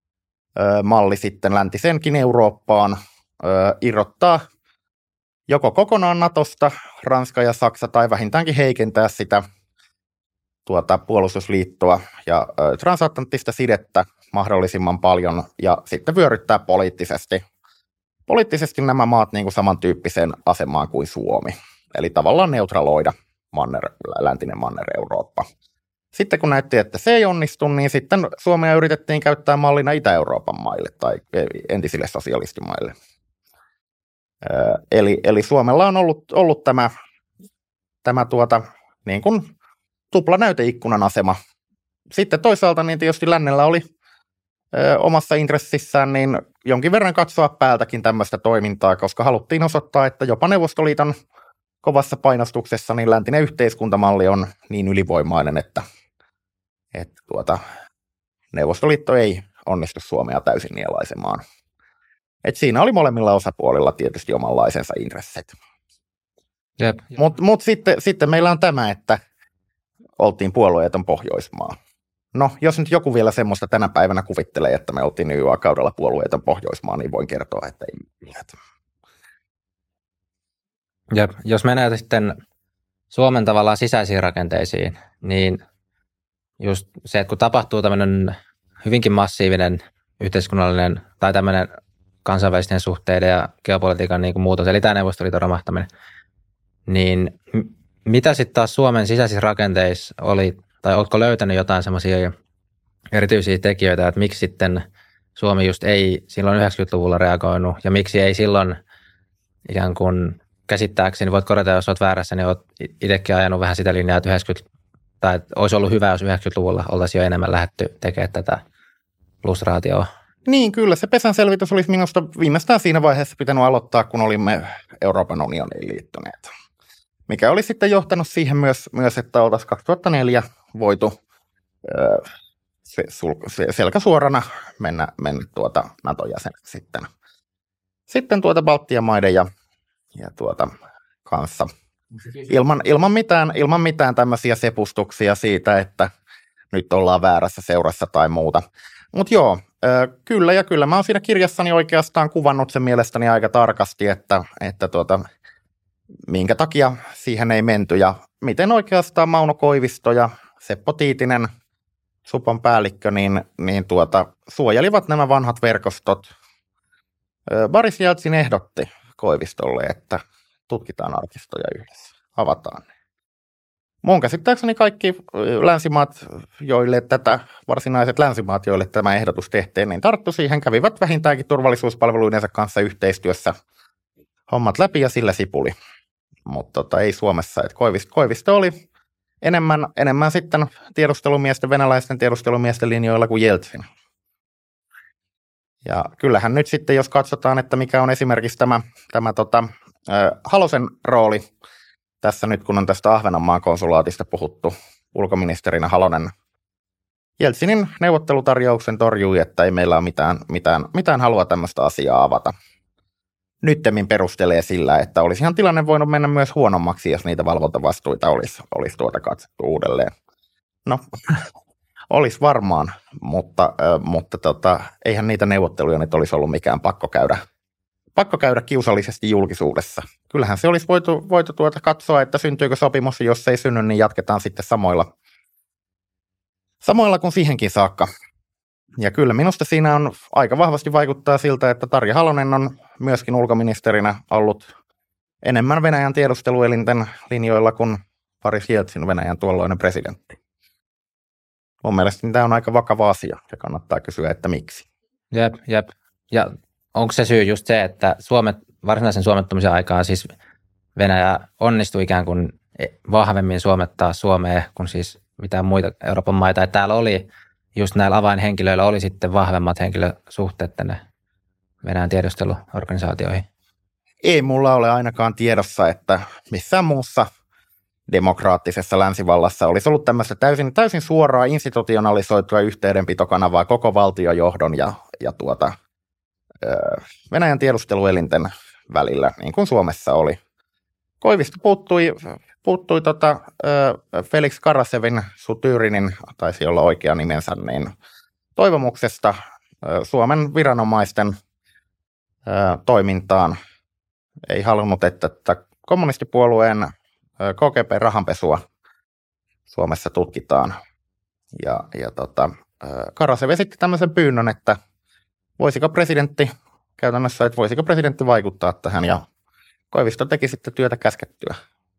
malli sitten läntisenkin Eurooppaan, irrottaa joko kokonaan Natosta, Ranska ja Saksa, tai vähintäänkin heikentää sitä tuota puolustusliittoa ja ö, transatlanttista sidettä mahdollisimman paljon, ja sitten vyöryttää poliittisesti, poliittisesti nämä maat niin kuin samantyyppiseen asemaan kuin Suomi. Eli tavallaan neutraloida manner, läntinen manner-Eurooppa. Sitten kun näytti, että se ei onnistu, niin sitten Suomea yritettiin käyttää mallina Itä-Euroopan maille tai entisille sosialistimaille. Ö, eli, eli Suomella on ollut, ollut tämä, tämä tuota, niin kuin tupla näyteikkunan asema. Sitten toisaalta niin tietysti lännellä oli ö, omassa intressissään niin jonkin verran katsoa päältäkin tämmöistä toimintaa, koska haluttiin osoittaa, että jopa Neuvostoliiton kovassa painostuksessa niin läntinen yhteiskuntamalli on niin ylivoimainen, että, että tuota, Neuvostoliitto ei onnistu Suomea täysin nielaisemaan. Et siinä oli molemmilla osapuolilla tietysti omanlaisensa intressit. Mutta mut sitten, sitten meillä on tämä, että oltiin puolueeton Pohjoismaa. No, jos nyt joku vielä semmoista tänä päivänä kuvittelee, että me oltiin Y A-kaudella puolueeton Pohjoismaa, niin voin kertoa, että ei. Ja jos mennään sitten Suomen tavallaan sisäisiin rakenteisiin, niin just se, että kun tapahtuu tämmöinen hyvinkin massiivinen yhteiskunnallinen tai tämmöinen kansainvälisten suhteiden ja geopolitiikan niin kuin muutos, eli tämä Neuvostoliiton romahtaminen, niin mitä sitten taas Suomen sisäisissä rakenteissa oli, tai oletko löytänyt jotain semmoisia erityisiä tekijöitä, että miksi sitten Suomi just ei silloin yhdeksänkymmentäluvulla reagoinut, ja miksi ei silloin ikään kuin käsittääkseni, voit korjata, jos olet väärässä, niin olet itsekin ajanut vähän sitä linjaa, että yhdeksänkymmentä, tai että olisi ollut hyvä, jos yhdeksänkymmentäluvulla oltaisiin jo enemmän lähdetty tekemään tätä lustraatioa. Niin, kyllä se pesänselvitys olisi minusta viimeistään siinä vaiheessa pitänyt aloittaa, kun olimme Euroopan unioniin liittyneet. Mikä oli sitten johtanut siihen myös, myös että oltaisiin kaksituhattaneljä voitu öö, se, sul, se, selkä suorana mennä, mennä tuota NATO-jäseneksi sitten. Sitten tuota Baltian maiden ja, ja tuota kanssa. Ilman, ilman, mitään, ilman mitään tämmöisiä sepustuksia siitä, että nyt ollaan väärässä seurassa tai muuta. Mutta joo, öö, kyllä ja kyllä. Mä oon siinä kirjassani oikeastaan kuvannut sen mielestäni aika tarkasti, että, että tuota, minkä takia siihen ei menty ja miten oikeastaan Mauno Koivisto ja Seppo Tiitinen, Supon päällikkö, niin, niin tuota, suojelivat nämä vanhat verkostot. Boris Jeltsin ehdotti Koivistolle, että tutkitaan arkistoja yhdessä. avataan. Mun käsittääkseni kaikki länsimaat, joille tätä, varsinaiset länsimaat, joille tämä ehdotus tehtiin, niin tarttu siihen, kävivät vähintäänkin turvallisuuspalveluidensa kanssa yhteistyössä hommat läpi ja sillä sipuli. Mutta tota, ei Suomessa. Et Koivisto, Koivisto oli enemmän, enemmän sitten tiedustelumiesten, venäläisten tiedustelumiesten linjoilla kuin Jeltsin. Ja kyllähän nyt sitten, jos katsotaan, että mikä on esimerkiksi tämä, tämä tota, äh, Halosen rooli, tässä nyt kun on tästä Ahvenanmaan konsulaatista puhuttu, ulkoministerinä Halonen Jeltsinin neuvottelutarjouksen torjui, että ei meillä ole mitään, mitään, mitään halua tämmöistä asiaa avata. Nyttemmin perustelee sillä, että olisihan tilanne voinut mennä myös huonommaksi, jos niitä valvontavastuita olisi, olisi tuota katsottu uudelleen. No, olisi varmaan, mutta, mutta tota, eihän niitä neuvotteluja nyt olisi ollut mikään pakko käydä, pakko käydä kiusallisesti julkisuudessa. Kyllähän se olisi voitu, voitu tuota katsoa, että syntyykö sopimus, jos se ei synny, niin jatketaan sitten samoilla, samoilla kuin siihenkin saakka. Ja kyllä minusta siinä on aika vahvasti vaikuttaa siltä, että Tarja Halonen on myöskin ulkoministerinä ollut enemmän Venäjän tiedusteluelinten linjoilla kuin Boris Jeltsin, Venäjän tuolloinen presidentti. Mun mielestä tämä on aika vakava asia ja kannattaa kysyä, että miksi. Jep, jep. Ja onko se syy just se, että Suomet, varsinaisen suomettumisen aikaan siis Venäjä onnistui ikään kuin vahvemmin suomettaa Suomea kuin siis mitään muita Euroopan maita. Ja täällä oli just näillä avainhenkilöillä oli sitten vahvemmat henkilösuhteet tänne Venäjän tiedusteluorganisaatioihin. Ei mulla ole ainakaan tiedossa, että missään muussa demokraattisessa länsivallassa olisi ollut tämmöistä täysin, täysin suoraa institutionalisoitua yhteydenpitokanavaa koko valtiojohdon ja, ja tuota, Venäjän tiedusteluelinten välillä, niin kuin Suomessa oli. Koivisto puuttui, puuttui tota, Felix Karasevin, Sutyrinin, taisi olla oikea nimensä, niin toivomuksesta Suomen viranomaisten toimintaan. Ei halunnut, että, että kommunistipuolueen K G P-rahanpesua Suomessa tutkitaan. Ja, ja tota, Karasev esitti tämmöisen pyynnön, että voisiko presidentti, käytännössä, että voisiko presidentti vaikuttaa tähän, ja Koivisto teki sitten työtä käskettyä.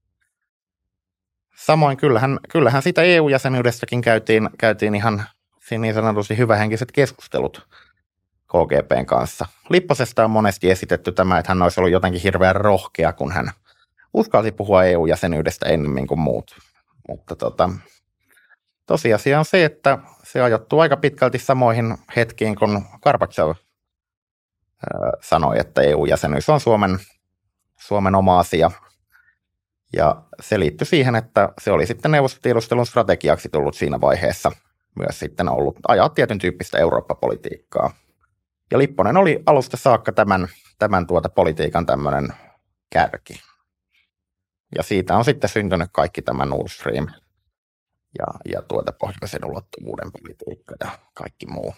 Samoin kyllähän, kyllähän siitä E U-jäsenyydestäkin käytiin, käytiin ihan niin sanotusti hyvähenkiset keskustelut K G P:n kanssa. Lipposesta on monesti esitetty tämä, että hän olisi ollut jotenkin hirveän rohkea, kun hän uskalsi puhua E U-jäsenyydestä ennemmin kuin muut. Mutta tota, tosiasia on se, että se ajoittuu aika pitkälti samoihin hetkiin, kun Gorbatšov sanoi, että E U-jäsenyys on Suomen, Suomen oma asia. Ja se liittyi siihen, että se oli sitten neuvostotiedustelun strategiaksi tullut siinä vaiheessa myös sitten ollut ajaa tietyn tyyppistä Eurooppa-politiikkaa. Ja Lipponen oli alusta saakka tämän, tämän tuota politiikan tämmöinen kärki. Ja siitä on sitten syntynyt kaikki tämä Nord Stream ja, ja tuota pohjoisen ulottuvuuden politiikka ja kaikki muu.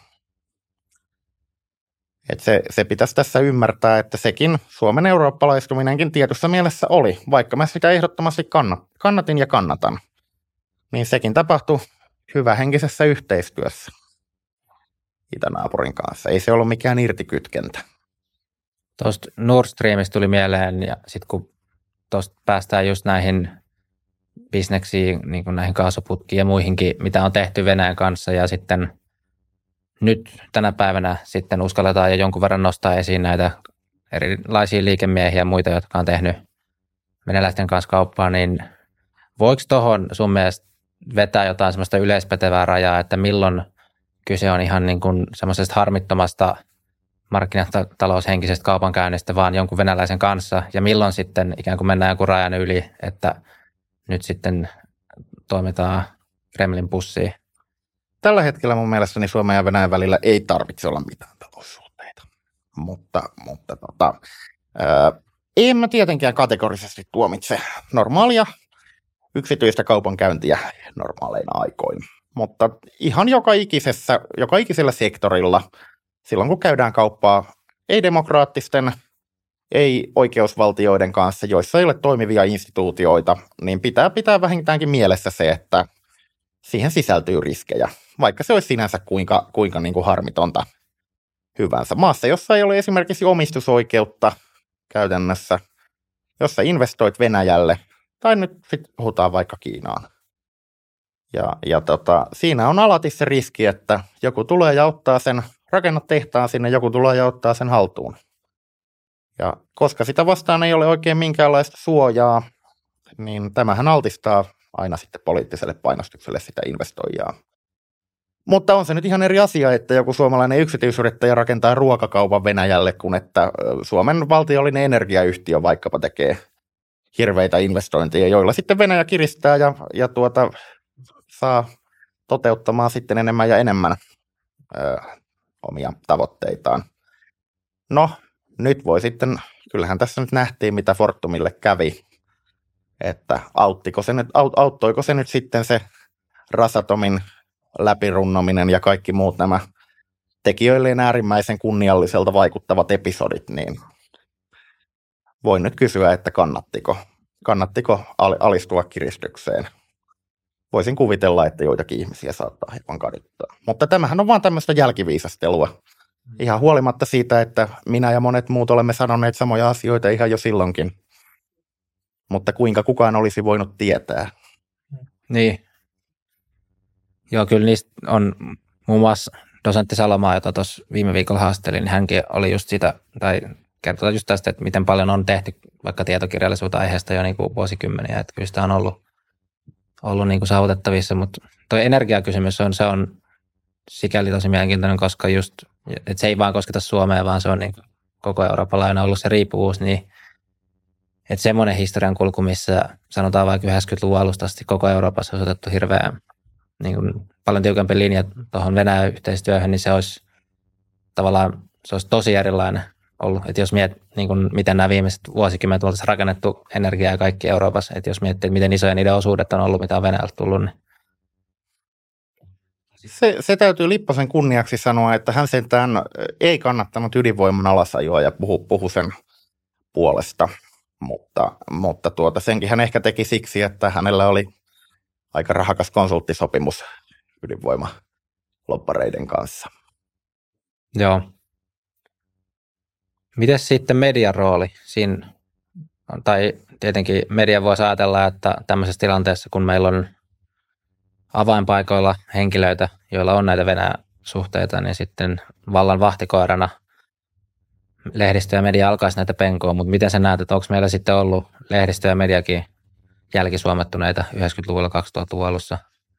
Et se, se pitäisi tässä ymmärtää, että sekin Suomen eurooppalaistuminenkin tietyssä mielessä oli, vaikka mä sitä ehdottomasti kannatin ja kannatan, niin sekin tapahtui hyvähenkisessä yhteistyössä itänaapurin kanssa. Ei se ollut mikään irtikytkentä. Tuosta Nord Streamista tuli mieleen, ja sitten kun tuosta päästään just näihin bisneksiin, niin kuin näihin kaasuputkiin ja muihinkin, mitä on tehty Venäjän kanssa, ja sitten nyt tänä päivänä sitten uskalletaan jo jonkun verran nostaa esiin näitä erilaisia liikemiehiä ja muita, jotka on tehnyt venäläisten kanssa kauppaa, niin voiko tuohon sun mielestä vetää jotain semmoista yleispätevää rajaa, että milloin kyse on ihan niin kuin semmoisesta harmittomasta markkinataloushenkisestä kaupankäynnistä vaan jonkun venäläisen kanssa, ja milloin sitten ikään kuin mennään jonkun rajan yli, että nyt sitten toimitaan Kremlin pussiin? Tällä hetkellä mun mielestäni Suomen ja Venäjän välillä ei tarvitse olla mitään taloussuhteita, mutta, mutta tota, ää, en mä tietenkään kategorisesti tuomitse normaalia yksityistä kaupankäyntiä normaaleina aikoina, mutta ihan joka ikisessä, joka ikisellä sektorilla, silloin kun käydään kauppaa ei-demokraattisten, ei-oikeusvaltioiden kanssa, joissa ei ole toimivia instituutioita, niin pitää pitää vähintäänkin mielessä se, että siihen sisältyy riskejä, vaikka se olisi sinänsä kuinka, kuinka niin kuin harmitonta hyvänsä. Maassa, jossa ei ole esimerkiksi omistusoikeutta käytännössä, jos sä investoit Venäjälle, tai nyt sitten puhutaan vaikka Kiinaan. Ja, ja tota, siinä on alati se riski, että joku tulee ja ottaa sen, rakennat tehtaan sinne, joku tulee ja ottaa sen haltuun. Ja koska sitä vastaan ei ole oikein minkäänlaista suojaa, niin tämähän altistaa aina sitten poliittiselle painostukselle sitä investoijaa. Mutta on se nyt ihan eri asia, että joku suomalainen yksityisyrittäjä rakentaa ruokakaupan Venäjälle, kun että Suomen valtiollinen energiayhtiö vaikkapa tekee hirveitä investointeja, joilla sitten Venäjä kiristää ja, ja tuota, saa toteuttamaan sitten enemmän ja enemmän ö, omia tavoitteitaan. No, nyt voi sitten, kyllähän tässä nyt nähtiin, mitä Fortumille kävi, että auttiko se nyt, auttoiko se nyt sitten se Rasatomin läpirunnominen ja kaikki muut nämä tekijöilleen äärimmäisen kunnialliselta vaikuttavat episodit, niin voin nyt kysyä, että kannattiko, kannattiko alistua kiristykseen. Voisin kuvitella, että joitakin ihmisiä saattaa hieman kaduttaa. Mutta tämähän on vaan tämmöistä jälkiviisastelua. Ihan huolimatta siitä, että minä ja monet muut olemme sanoneet samoja asioita ihan jo silloinkin. Mutta kuinka kukaan olisi voinut tietää. Niin. Joo, kyllä niistä on muun muassa dosentti Salomaa, jota tuossa viime viikolla haastelin, niin hänkin oli just sitä, tai kertoo just tästä, että miten paljon on tehty vaikka tietokirjallisuutta aiheesta jo niin kuin vuosikymmeniä, että kyllä sitä on ollut, ollut niin kuin saavutettavissa, mutta tuo energiakysymys on, se on sikäli tosi mielenkiintoinen, koska just, että se ei vaan kosketa Suomea, vaan se on niin kuin koko Euroopalla aina ollut se riippuvuus, niin että semmoinen historian kulku, missä sanotaan vaikka yhdeksänkymmentäluvun alusta asti koko Euroopassa on otettu hirveän niin kuin paljon tiukempi linja tuohon Venäjän yhteistyöhön, niin se olisi tavallaan se olisi tosi erilainen ollut. Että jos miet, niin kuin, miten nämä viimeiset vuosikymmenet oltaisiin rakennettu energiaa kaikki Euroopassa, että jos miettii, että miten isoja niiden osuudet on ollut, mitä on Venäjältä tullut. Niin. Se, se täytyy Lipposen kunniaksi sanoa, että hän sentään ei kannattanut ydinvoiman alasajoa ja puhu, puhu sen puolesta, mutta, mutta tuota, senkin hän ehkä teki siksi, että hänellä oli aika rahakas konsulttisopimus ydinvoimalobbareiden kanssa. Joo. Mites sitten median rooli siinä, tai tietenkin media voisi ajatella, että tämmöisessä tilanteessa, kun meillä on avainpaikoilla henkilöitä, joilla on näitä Venäjä-suhteita, niin sitten vallan vahtikoirana lehdistö ja media alkaisi näitä penkoa, mutta miten sä näet, että onko meillä sitten ollut lehdistö ja mediakin jälkisuomettuneita yhdeksänkymmentäluvulla kaksituhattaluvun alussa?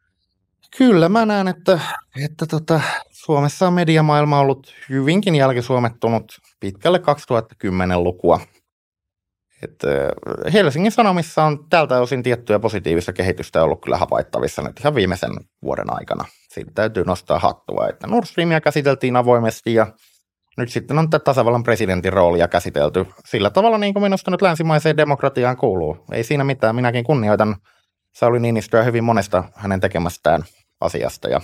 Kyllä mä näen, että, että tota, Suomessa on mediamaailma ollut hyvinkin jälkisuomettunut pitkälle kaksituhattakymmenen-lukua. Et, Helsingin Sanomissa on tältä osin tiettyä positiivista kehitystä ollut kyllä havaittavissa nyt ihan viimeisen vuoden aikana. Siitä täytyy nostaa hattua, että Nord Streamia käsiteltiin avoimesti ja nyt sitten on tätä tasavallan presidentin roolia käsitelty sillä tavalla, niin kuin minusta nyt länsimaiseen demokratiaan kuuluu. Ei siinä mitään, minäkin kunnioitan Sauli Niinistöä hyvin monesta hänen tekemästään asiasta ja,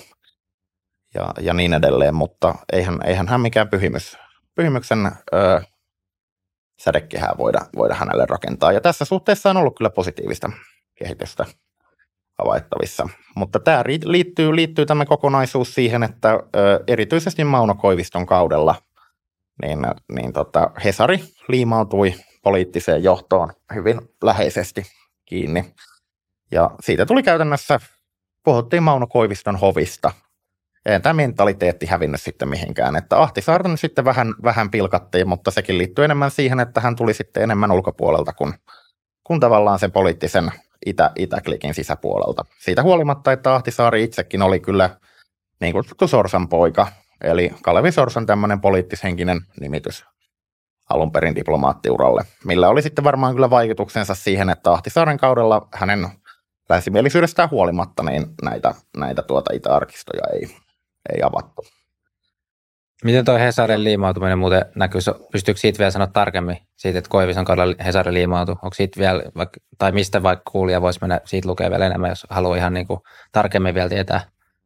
ja, ja niin edelleen, mutta eihän, eihän hän mikään pyhimys, pyhimyksen ö, sädekehää voida, voida hänelle rakentaa. Ja tässä suhteessa on ollut kyllä positiivista kehitystä havaittavissa. Mutta tämä liittyy, liittyy tämä kokonaisuus siihen, että ö, erityisesti Mauno Koiviston kaudella niin, niin tota, Hesari liimautui poliittiseen johtoon hyvin läheisesti kiinni. Ja siitä tuli käytännössä, puhuttiin Mauno Koiviston hovista. Ei tämä mentaliteetti hävinnyt sitten mihinkään. Että Ahtisaarta nyt sitten vähän, vähän pilkattiin, mutta sekin liittyy enemmän siihen, että hän tuli sitten enemmän ulkopuolelta kuin, kuin tavallaan sen poliittisen itä, itäklikin sisäpuolelta. Siitä huolimatta, että Ahtisaari itsekin oli kyllä niin kutsuttu Sorsan poika, eli Kalevi Sorsan tämmöinen poliittishenkinen nimitys alun perin diplomaattiuralle, millä oli sitten varmaan kyllä vaikutuksensa siihen, että Ahtisaaren kaudella hänen länsimielisyydestään huolimatta niin näitä, näitä tuota itäarkistoja ei, ei avattu. Miten tuo Hesarin liimautuminen muuten näkyy? Pystyykö siitä vielä sanoa tarkemmin siitä, että Koivison kaudella Hesari liimautui? Onko siitä vielä, tai mistä vaikka kuulija voisi mennä siitä lukea vielä enemmän, jos haluaa ihan niin kuin tarkemmin vielä tietää?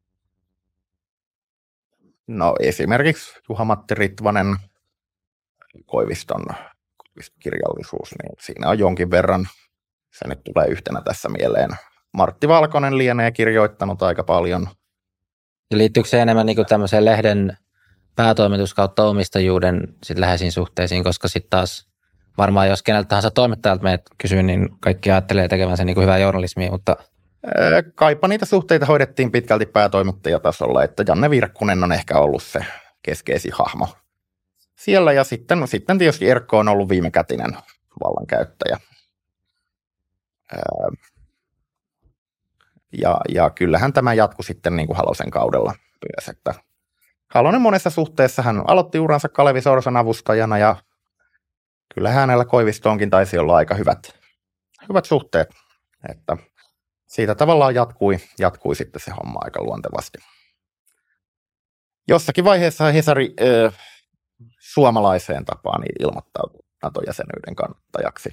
No esimerkiksi Juha-Matti Ritvanen, Koiviston, Koiviston kirjallisuus, niin siinä on jonkin verran, se nyt tulee yhtenä tässä mieleen. Martti Valkonen lienee kirjoittanut aika paljon. Ja liittyykö se enemmän niin kuin tämmöiseen lehden päätoimitus kautta omistajuuden sit läheisiin suhteisiin, koska sitten taas varmaan jos keneltä tahansa toimittajalta meidät kysyy, niin kaikki ajattelee tekevänsä niin kuin hyvää journalismia, mutta kaipa niitä suhteita hoidettiin pitkälti päätoimittajatasolla, että Janne Virkkunen on ehkä ollut se keskeisin hahmo siellä, ja sitten, sitten tietysti Erkko on ollut viimekätinen vallankäyttäjä. Ja, ja kyllähän tämä jatkui sitten niin kuin Halosen kaudella myös, että Halonen monessa suhteessa hän aloitti uransa Kalevi Sorsan avustajana, ja kyllä hänellä Koivistoonkin taisi olla aika hyvät, hyvät suhteet, että siitä tavallaan jatkui, jatkui sitten se homma aika luontevasti. Jossakin vaiheessa Hesari äh, suomalaiseen tapaan niin ilmoittautui NATO-jäsenyyden kannattajaksi.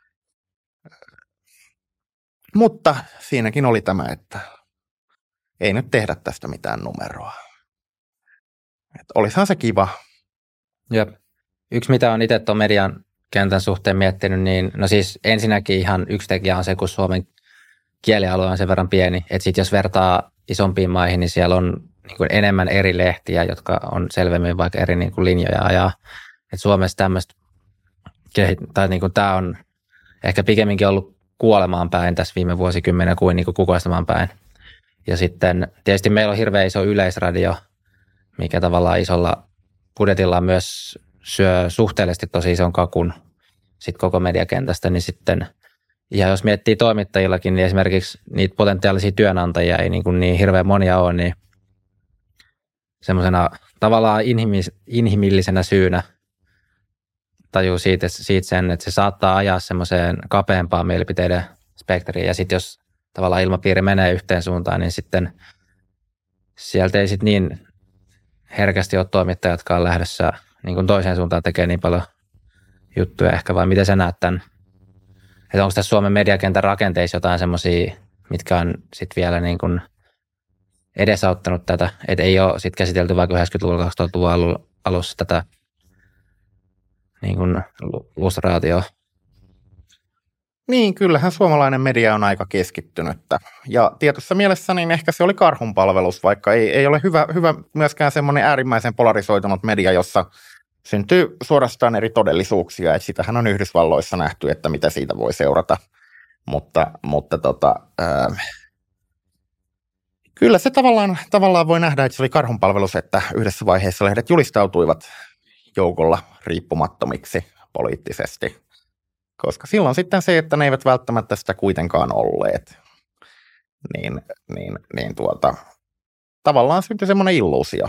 Mutta siinäkin oli tämä, että ei nyt tehdä tästä mitään numeroa. Et olisihan se kiva. Jep. Yksi, mitä on itse tuon median kentän suhteen miettinyt, niin no siis ensinnäkin ihan yksi tekijä on se, kun Suomen kielialue on sen verran pieni, että sitten jos vertaa isompiin maihin, niin siellä on niin kuin enemmän eri lehtiä, jotka on selvemmin vaikka eri niin kuin linjoja ajaa. Et Suomessa tämmöistä, tai niin kuin tämä on ehkä pikemminkin ollut kuolemaan päin tässä viime vuosikymmenen kuin, niin kuin kukoistamaan päin. Ja sitten tietysti meillä on hirveän iso yleisradio, mikä tavallaan isolla budjetilla myös syö suhteellisesti tosi ison kakun sit koko mediakentästä, niin sitten ja jos miettii toimittajillakin, niin esimerkiksi niitä potentiaalisia työnantajia ei niin, kuin niin hirveän monia ole, niin semmoisena tavallaan inhimillis- inhimillisenä syynä tajuu siitä, siitä sen, että se saattaa ajaa semmoiseen kapeampaan mielipiteiden spektriin. Ja sitten jos tavallaan ilmapiiri menee yhteen suuntaan, niin sitten sieltä ei sitten niin herkästi ole toimittajat, jotka on lähdössä niin kuin toiseen suuntaan tekee niin paljon juttuja ehkä, vai miten sä näet tämän? Että onko tässä Suomen mediakentän rakenteissa jotain semmoisia, mitkä on sitten vielä niin kuin edesauttanut tätä, että ei ole sitten käsitelty vaikka yhdeksänkymmentäluvulla, kaksituhattaluvun alussa tätä niin kuin lustraatioa. Niin, kyllähän suomalainen media on aika keskittynyttä. Ja tietyssä mielessä niin ehkä se oli karhunpalvelus, vaikka ei, ei ole hyvä, hyvä myöskään semmoinen äärimmäisen polarisoitunut media, jossa syntyy suorastaan eri todellisuuksia. Et sitähän on Yhdysvalloissa nähty, että mitä siitä voi seurata. Mutta, mutta tota, ää, kyllä se tavallaan, tavallaan voi nähdä, että se oli karhunpalvelus, että yhdessä vaiheessa lehdet julistautuivat joukolla riippumattomiksi poliittisesti. Koska silloin sitten se, että ne eivät välttämättä sitä kuitenkaan olleet, niin, niin, niin tuota, tavallaan syntyi semmoinen illuusio,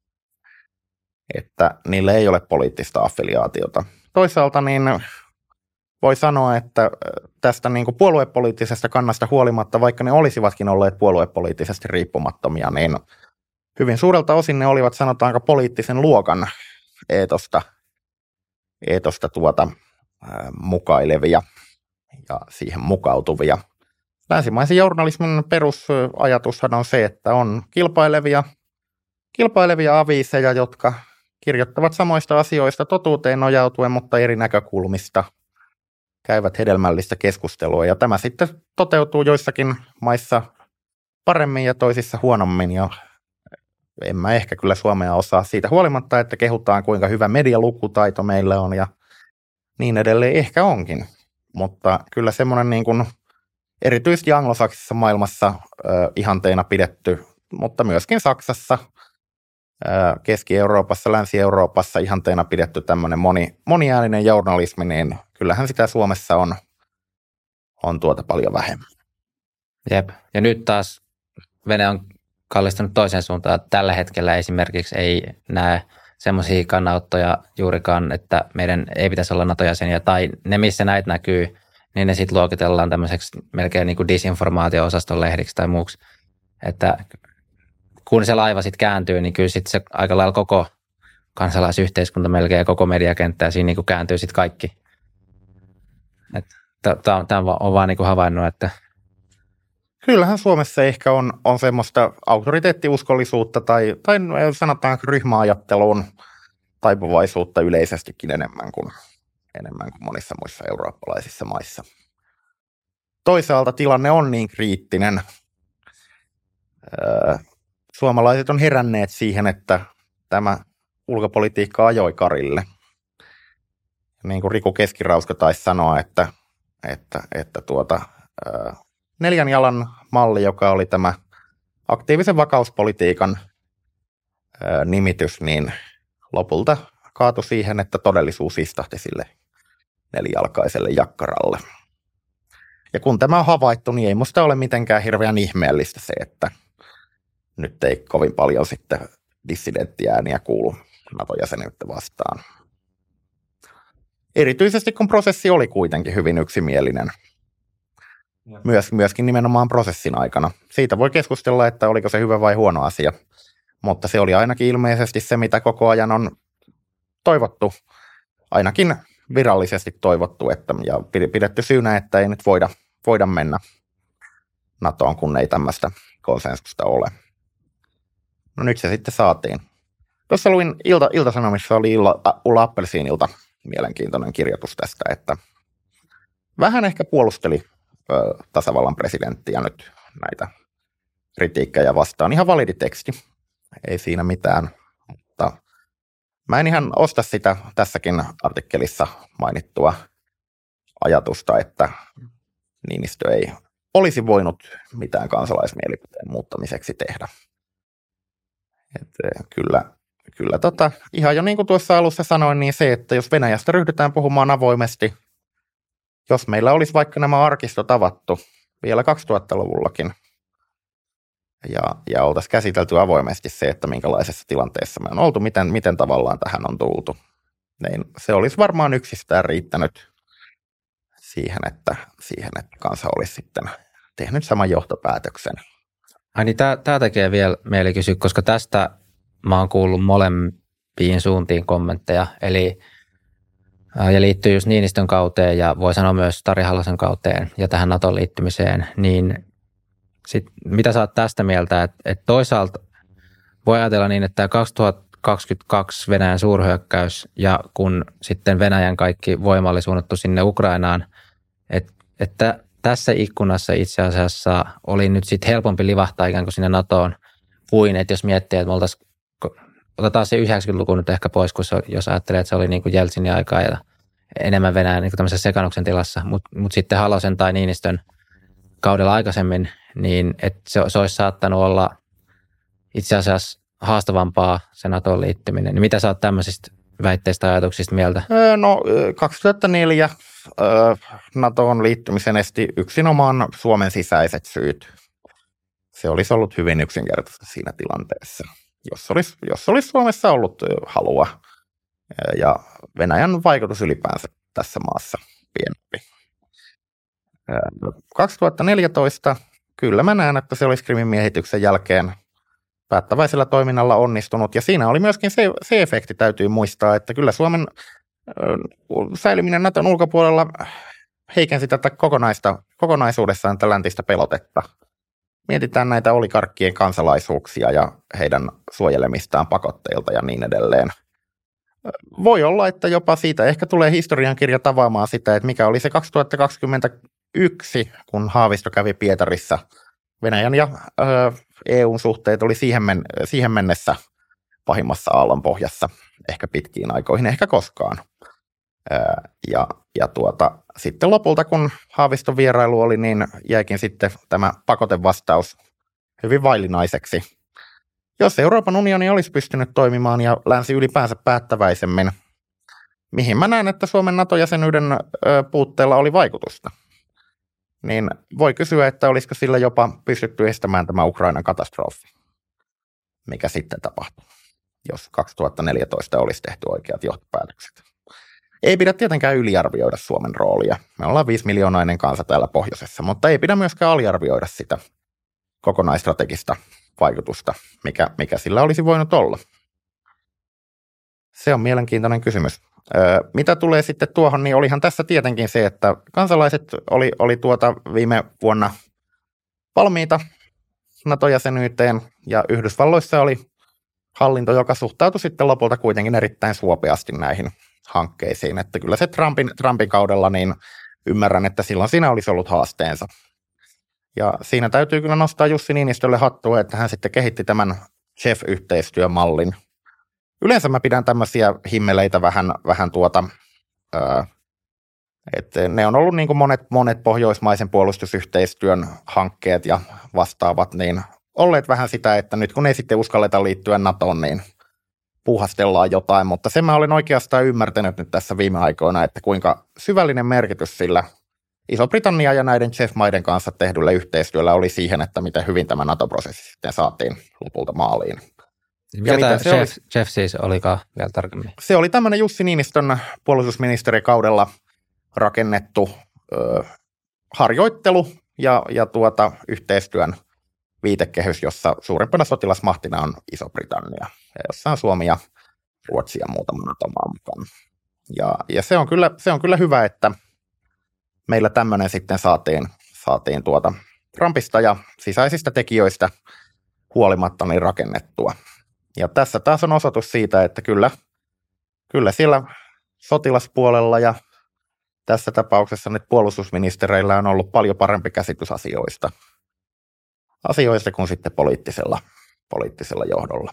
että niille ei ole poliittista affiliaatiota. Toisaalta niin voi sanoa, että tästä niin kuin puoluepoliittisesta kannasta huolimatta, vaikka ne olisivatkin olleet puoluepoliittisesti riippumattomia, niin hyvin suurelta osin ne olivat sanotaanko poliittisen luokan eetosta, eetosta tuota, mukailevia ja siihen mukautuvia. Länsimaisen journalismin perusajatushan on se, että on kilpailevia, kilpailevia aviiseja, jotka kirjoittavat samoista asioista totuuteen nojautuen, mutta eri näkökulmista käyvät hedelmällistä keskustelua. Ja tämä sitten toteutuu joissakin maissa paremmin ja toisissa huonommin. Ja en mä ehkä kyllä Suomea osaa siitä huolimatta, että kehutaan kuinka hyvä medialukutaito meillä on ja niin edelleen ehkä onkin, mutta kyllä semmoinen niin kuin erityisesti anglosaksisessa maailmassa äh, ihanteena pidetty, mutta myöskin Saksassa, äh, Keski-Euroopassa, Länsi-Euroopassa ihanteena pidetty tämmöinen moni, moniääninen journalismi, niin kyllähän sitä Suomessa on, on tuota paljon vähemmän. Jep, ja nyt taas Vene on kallistunut toiseen suuntaan. Tällä hetkellä esimerkiksi ei näe semmoisia kannanottoja juurikaan, että meidän ei pitäisi olla NATO-jäseniä, tai ne, missä näitä näkyy, niin ne sitten luokitellaan tämmöiseksi melkein niin kuin disinformaatio-osaston lehdiksi tai muuksi. Että kun se laiva sitten kääntyy, niin kyllä sitten se aika lailla koko kansalaisyhteiskunta melkein ja koko mediakenttä, ja siinä niin kuin kääntyy sitten kaikki. Tämä on vaan niin kuin havainnut, että kyllähän Suomessa ehkä on, on semmoista autoriteettiuskollisuutta tai, tai sanotaan ryhmäajatteluun taipuvaisuutta yleisestikin enemmän kuin, enemmän kuin monissa muissa eurooppalaisissa maissa. Toisaalta tilanne on niin kriittinen. Öö, suomalaiset on heränneet siihen, että tämä ulkopolitiikka ajoi karille. Niin kuin Riku Keskirauska taisi sanoa, että, että, että tuota, ää, neljän jalan malli, joka oli tämä aktiivisen vakauspolitiikan ää, nimitys, niin lopulta kaatui siihen, että todellisuus istahti sille nelijalkaiselle jakkaralle. Ja kun tämä on havaittu, niin ei musta ole mitenkään hirveän ihmeellistä se, että nyt ei kovin paljon sitten dissidenttiääniä kuulu NATO-jäsenyyttä vastaan. Erityisesti kun prosessi oli kuitenkin hyvin yksimielinen. Myös, myöskin nimenomaan prosessin aikana. Siitä voi keskustella, että oliko se hyvä vai huono asia, mutta se oli ainakin ilmeisesti se, mitä koko ajan on toivottu, ainakin virallisesti toivottu, että, ja pidetty syynä, että ei nyt voida, voida mennä NATOon, kun ei tämmöistä konsensusta ole. No nyt se sitten saatiin. Tuossa luin Ilta, Ilta-Sanomissa oli Illa, Ulla Appelsiinilta mielenkiintoinen kirjoitus tästä, että vähän ehkä puolusteli ö, tasavallan presidenttiä nyt näitä kritiikkejä vastaan. Ihan validi teksti, ei siinä mitään, mutta mä en ihan osta sitä tässäkin artikkelissa mainittua ajatusta, että Niinistö ei olisi voinut mitään kansalaismielipiteen muuttamiseksi tehdä. Et, kyllä, kyllä tota, ihan jo niin kuin tuossa alussa sanoin, niin se, että jos Venäjästä ryhdytään puhumaan avoimesti, jos meillä olisi vaikka nämä arkistot avattu vielä kaksituhattaluvullakin, ja, ja oltaisiin käsitelty avoimesti se, että minkälaisessa tilanteessa me on oltu, miten, miten tavallaan tähän on tultu, niin se olisi varmaan yksistään riittänyt siihen, että, siihen, että kansa olisi sitten tehnyt saman johtopäätöksen. Ai niin, tämä tekee vielä mieli kysyä, koska tästä mä oon kuullut molempiin suuntiin kommentteja, eli ja liittyy just Niinistön kauteen ja voi sanoa myös Tari Halosen kauteen ja tähän NATOn liittymiseen, niin sit, mitä sä oot tästä mieltä, että, että toisaalta voi ajatella niin, että tämä kaksituhattakaksikymmentäkaksi Venäjän suurhyökkäys ja kun sitten Venäjän kaikki voima oli suunnattu sinne Ukrainaan, että, että tässä ikkunassa itse asiassa oli nyt sitten helpompi livahtaa ikään kuin sinne NATOon kuin, että jos miettii, että me oltaisiin, otetaan se yhdeksänkymmentäluku nyt ehkä pois, kun se, jos ajattelee, että se oli niin kuin Jeltsinin aikaa ja enemmän Venäjän niin kuin tämmöisessä sekannuksen tilassa, mutta mut sitten Halosen tai Niinistön kaudella aikaisemmin, niin että se, se olisi saattanut olla itse asiassa haastavampaa se NATOon liittyminen. Niin mitä sä oot tämmöisistä väitteistä ja ajatuksista mieltä? No kaksituhattaneljä NATOon liittymisen esti yksinomaan Suomen sisäiset syyt. Se olisi ollut hyvin yksinkertaista siinä tilanteessa, jos olisi, jos olisi Suomessa ollut halua ja Venäjän vaikutus ylipäänsä tässä maassa pienempi. kaksituhattaneljätoista kyllä mä näen, että se olisi Krimin miehityksen jälkeen päättäväisellä toiminnalla onnistunut, ja siinä oli myöskin se, se efekti, täytyy muistaa, että kyllä Suomen säilyminen Naton ulkopuolella heikensi tätä kokonaista, kokonaisuudessaan tätä läntistä pelotetta. Mietitään näitä oligarkkien kansalaisuuksia ja heidän suojelemistaan pakotteilta ja niin edelleen. Voi olla, että jopa siitä ehkä tulee historiankirja tavaamaan sitä, että mikä oli se kaksituhattakaksikymmentäyksi, kun Haavisto kävi Pietarissa. Venäjän ja ö, E U:n suhteet oli siihen, men- siihen mennessä pahimmassa aallonpohjassa, ehkä pitkiin aikoihin, ehkä koskaan. Ö, ja ja tuota, sitten lopulta, kun Haaviston vierailu oli, niin jäikin sitten tämä pakotevastaus hyvin vaillinaiseksi. Jos Euroopan unioni olisi pystynyt toimimaan ja länsi ylipäänsä päättäväisemmin, mihin mä näen, että Suomen NATO-jäsenyyden ö, puutteella oli vaikutusta, niin voi kysyä, että olisiko sillä jopa pystytty estämään tämä Ukrainan katastrofi, mikä sitten tapahtui, jos kaksituhattaneljätoista olisi tehty oikeat johtopäätökset. Ei pidä tietenkään yliarvioida Suomen roolia. Me ollaan viisi miljoonainen kansa täällä pohjoisessa, mutta ei pidä myöskään aliarvioida sitä kokonaistrategista vaikutusta, mikä, mikä sillä olisi voinut olla. Se on mielenkiintoinen kysymys. Öö, mitä tulee sitten tuohon, niin olihan tässä tietenkin se, että kansalaiset oli, oli tuota viime vuonna valmiita NATO-jäsenyyteen, ja Yhdysvalloissa oli hallinto, joka suhtautui sitten lopulta kuitenkin erittäin suopeasti näihin hankkeisiin. Että kyllä se Trumpin, Trumpin kaudella, niin ymmärrän, että silloin siinä olisi ollut haasteensa. Ja siinä täytyy kyllä nostaa Jussi Niinistölle hattua, että hän sitten kehitti tämän C E F-yhteistyömallin. Yleensä mä pidän tämmöisiä himmeleitä vähän, vähän tuota Öö, että ne on ollut niin kuin monet, monet pohjoismaisen puolustusyhteistyön hankkeet ja vastaavat, niin olleet vähän sitä, että nyt kun ei sitten uskalleta liittyä NATOon, niin puuhastellaan jotain, mutta sen mä olen oikeastaan ymmärtänyt nyt tässä viime aikoina, että kuinka syvällinen merkitys sillä Iso-Britannia ja näiden C E F-maiden kanssa tehdyllä yhteistyöllä oli siihen, että miten hyvin tämä NATO-prosessi sitten saatiin lopulta maaliin. Mikä tämä Jeff, Jeff siis olikaan vielä tarkemmin? Se oli tämmöinen Jussi Niinistön puolustusministerikaudella rakennettu ö, harjoittelu ja, ja tuota, yhteistyön viitekehys, jossa suurimpana sotilasmahtina on Iso-Britannia, ja jossa on Suomi ja Ruotsi ja muutama NATO-maa mukana. Ja, ja se, on kyllä, se on kyllä hyvä, että meillä tämmöinen sitten saatiin, saatiin tuota Trumpista ja sisäisistä tekijöistä huolimatta niin rakennettua. Ja tässä taas on osoitus siitä, että kyllä, kyllä siellä sotilaspuolella ja tässä tapauksessa nyt puolustusministereillä on ollut paljon parempi käsitys asioista, asioista kuin sitten poliittisella, poliittisella johdolla.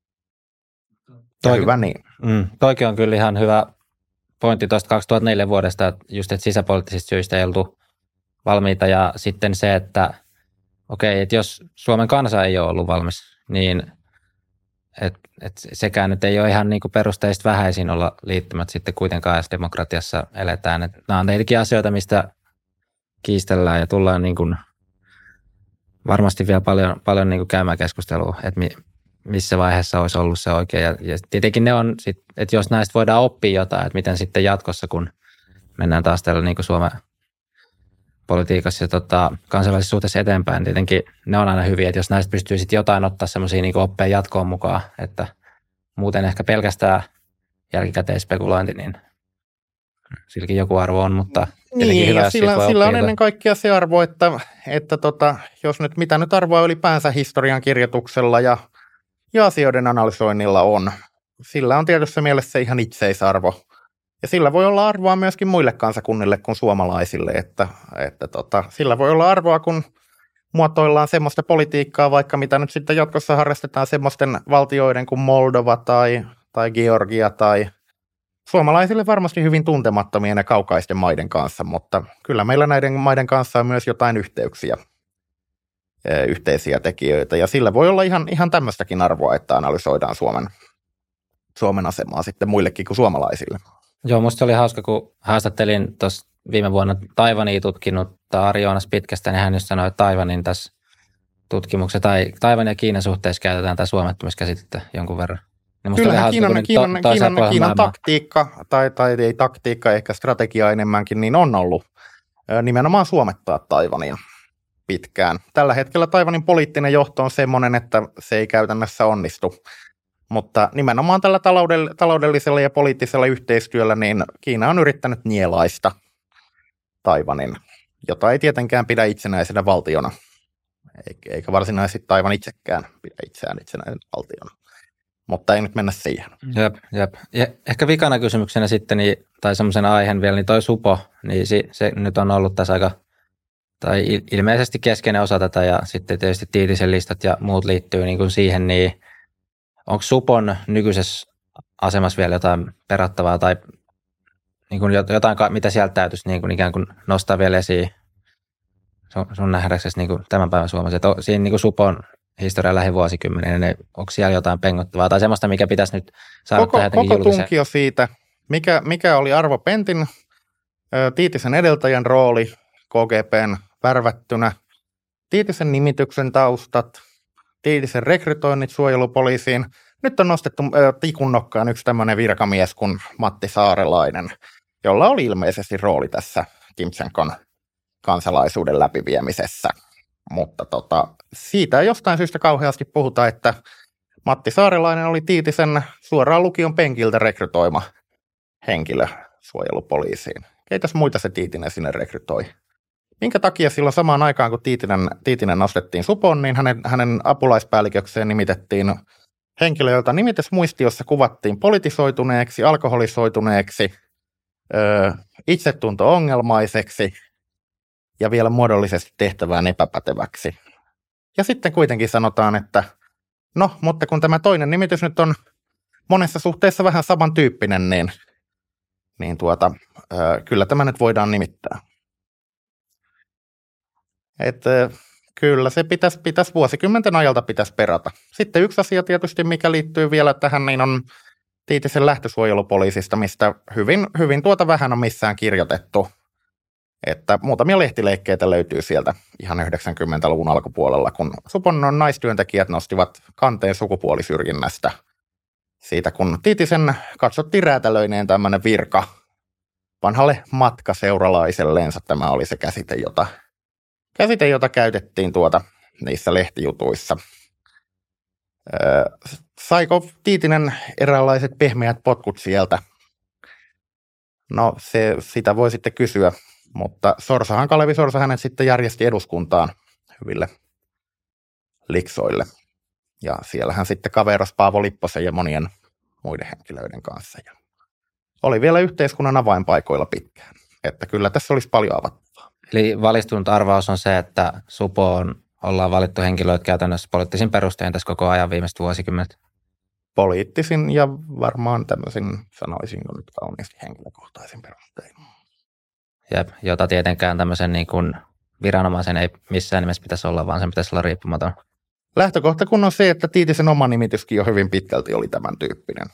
Toi, hyvä niin. Mm, toikin on kyllä ihan hyvä pointti tuosta kaksituhattaneljä vuodesta, että just että sisäpoliittisista syistä ei oltu valmiita ja sitten se, että okei, että jos Suomen kansa ei ole ollut valmis, niin et, et sekään nyt ei ole ihan niin kuin perusteista vähäisin olla liittymät sitten kuitenkaan, jos demokratiassa eletään. Et nämä on tietenkin asioita, mistä kiistellään ja tullaan niin kuin varmasti vielä paljon, paljon niin kuin käymään keskustelua, että mi, missä vaiheessa olisi ollut se oikein. Ja, ja tietenkin ne on, sit, että jos näistä voidaan oppia jotain, että miten sitten jatkossa, kun mennään taas tällä niin kuin Suomen politiikassa ja tota, kansainvälisessä suhteessa eteenpäin, tietenkin ne on aina hyviä, että jos näistä pystyy sitten jotain ottaa semmoisia niin kuin oppeja jatkoon mukaan, että muuten ehkä pelkästään jälkikäteispekulointi, niin silläkin joku arvo on, mutta niin, hyvä, ja sillä, sillä on ennen kaikkea se arvo, että, että tota, jos nyt mitä nyt arvoa ylipäänsä historian kirjoituksella ja, ja asioiden analysoinnilla on, sillä on tietyssä mielessä ihan itseisarvo. Ja sillä voi olla arvoa myöskin muille kansakunnille kuin suomalaisille, että, että tota, sillä voi olla arvoa, kun muotoillaan semmoista politiikkaa, vaikka mitä nyt sitten jatkossa harrastetaan semmoisten valtioiden kuin Moldova tai, tai Georgia tai suomalaisille varmasti hyvin tuntemattomien ja kaukaisten maiden kanssa, mutta kyllä meillä näiden maiden kanssa on myös jotain yhteyksiä, yhteisiä tekijöitä, ja sillä voi olla ihan, ihan tämmöistäkin arvoa, että analysoidaan Suomen, Suomen asemaa sitten muillekin kuin suomalaisille. Joo, musta oli hauska, kun haastattelin tuossa viime vuonna Taiwania tutkinutta Ari Joonas Pitkästä, niin hän just sanoi, että Taiwanin tässä tutkimuksessa, tai Taiwan ja Kiinan suhteessa käytetään tämä suomettumiskäsitettä jonkun verran. Niin kyllähän Kiinan, Kiinan, to, Kiinan, Kiinan taktiikka, tai, tai ei taktiikka, ehkä strategia enemmänkin, niin on ollut nimenomaan suomettaa Taiwania pitkään. Tällä hetkellä Taiwanin poliittinen johto on semmoinen, että se ei käytännössä onnistu. Mutta nimenomaan tällä taloudellisella ja poliittisella yhteistyöllä niin Kiina on yrittänyt nielaista Taiwanin, jota ei tietenkään pidä itsenäisenä valtiona, eikä varsinaisesti Taiwan itsekään pidä itseään itsenäisenä valtiona. Mutta ei nyt mennä siihen. Jep, jep. Ja ehkä vikana kysymyksenä sitten, niin, tai semmoisena aiheen vielä, niin toi supo, niin se, se nyt on ollut tässä aika, tai ilmeisesti keskeinen osa tätä, ja sitten tietysti Tiitisen listat ja muut liittyy niin kuin siihen, niin onko supon nykyisessä asemassa vielä jotain perattavaa, tai niin kuin jotain, mitä sieltä täytyisi niin kuin ikään kuin nostaa vielä esiin sun, sun nähdäksesi niin kuin tämän päivän Suomessa, että siinä niin kuin supon historian lähivuosikymmeneen, niin onko siellä jotain pengottavaa tai semmoista, mikä pitäisi nyt saada koko, tähän koko julkiseen? Tunkio siitä, mikä, mikä oli Arvo Pentin, Tiitisen edeltäjän rooli K G P:n värvättynä, Tiitisen nimityksen taustat, Tiitisen rekrytoinnit suojelupoliisiin. Nyt on nostettu tikun nokkaan yksi tämmöinen virkamies kuin Matti Saarelainen, jolla oli ilmeisesti rooli tässä Timtsenkon kansalaisuuden läpiviemisessä. Mutta tota, siitä ei jostain syystä kauheasti puhuta, että Matti Saarelainen oli Tiitisen suoraan lukion penkiltä rekrytoima henkilö suojelupoliisiin. Keitäs muita se Tiitinen sinne rekrytoi? Minkä takia silloin samaan aikaan, kun Tiitinen, Tiitinen nostettiin supoon, niin hänen, hänen apulaispäällikökseen nimitettiin henkilö, jolta nimitysmuistiossa kuvattiin politisoituneeksi, alkoholisoituneeksi, öö, itsetunto-ongelmaiseksi ja vielä muodollisesti tehtävään epäpäteväksi. Ja sitten kuitenkin sanotaan, että no, mutta kun tämä toinen nimitys nyt on monessa suhteessa vähän samantyyppinen, niin, niin tuota, kyllä tämä nyt voidaan nimittää. Et, kyllä se pitäisi, pitäisi vuosikymmenten ajalta pitäisi perata. Sitten yksi asia tietysti, mikä liittyy vielä tähän, niin on Tiitisen lähtösuojelupoliisista, mistä hyvin, hyvin tuota vähän on missään kirjoitettu. Että muutamia lehtileikkeitä löytyy sieltä ihan yhdeksänkymmentäluvun alkupuolella, kun Supon naistyöntekijät nostivat kanteen sukupuolisyrjinnästä. Siitä kun Tiitisen katsottiin räätälöineen tämmöinen virka vanhalle matkaseuralaisellensa, tämä oli se käsite, jota, käsite, jota käytettiin tuota niissä lehtijutuissa. Öö, saiko Tiitinen eräänlaiset pehmeät potkut sieltä? No se, sitä voi sitten kysyä, mutta Sorsahan, Kalevi Sorsa hänet sitten järjesti eduskuntaan hyville liksoille. Ja siellä hän sitten kaverasi Paavo Lipposen ja monien muiden henkilöiden kanssa. Ja oli vielä yhteiskunnan avainpaikoilla pitkään. Että kyllä tässä olisi paljon avattavaa. Eli valistunut arvaus on se, että Supo on, ollaan valittu henkilöitä käytännössä poliittisin perustein tässä koko ajan viimeiset vuosikymmenet. Poliittisin ja varmaan tämmöisin, sanoisinko nyt kauniisti, henkilökohtaisin perustein. Jep, jota tietenkään tämmöisen niin kuin viranomaisen ei missään nimessä pitäisi olla, vaan sen pitäisi olla riippumaton. Lähtökohta kun on se, että Tiitisen oma nimityskin jo hyvin pitkälti oli tämän tyyppinen.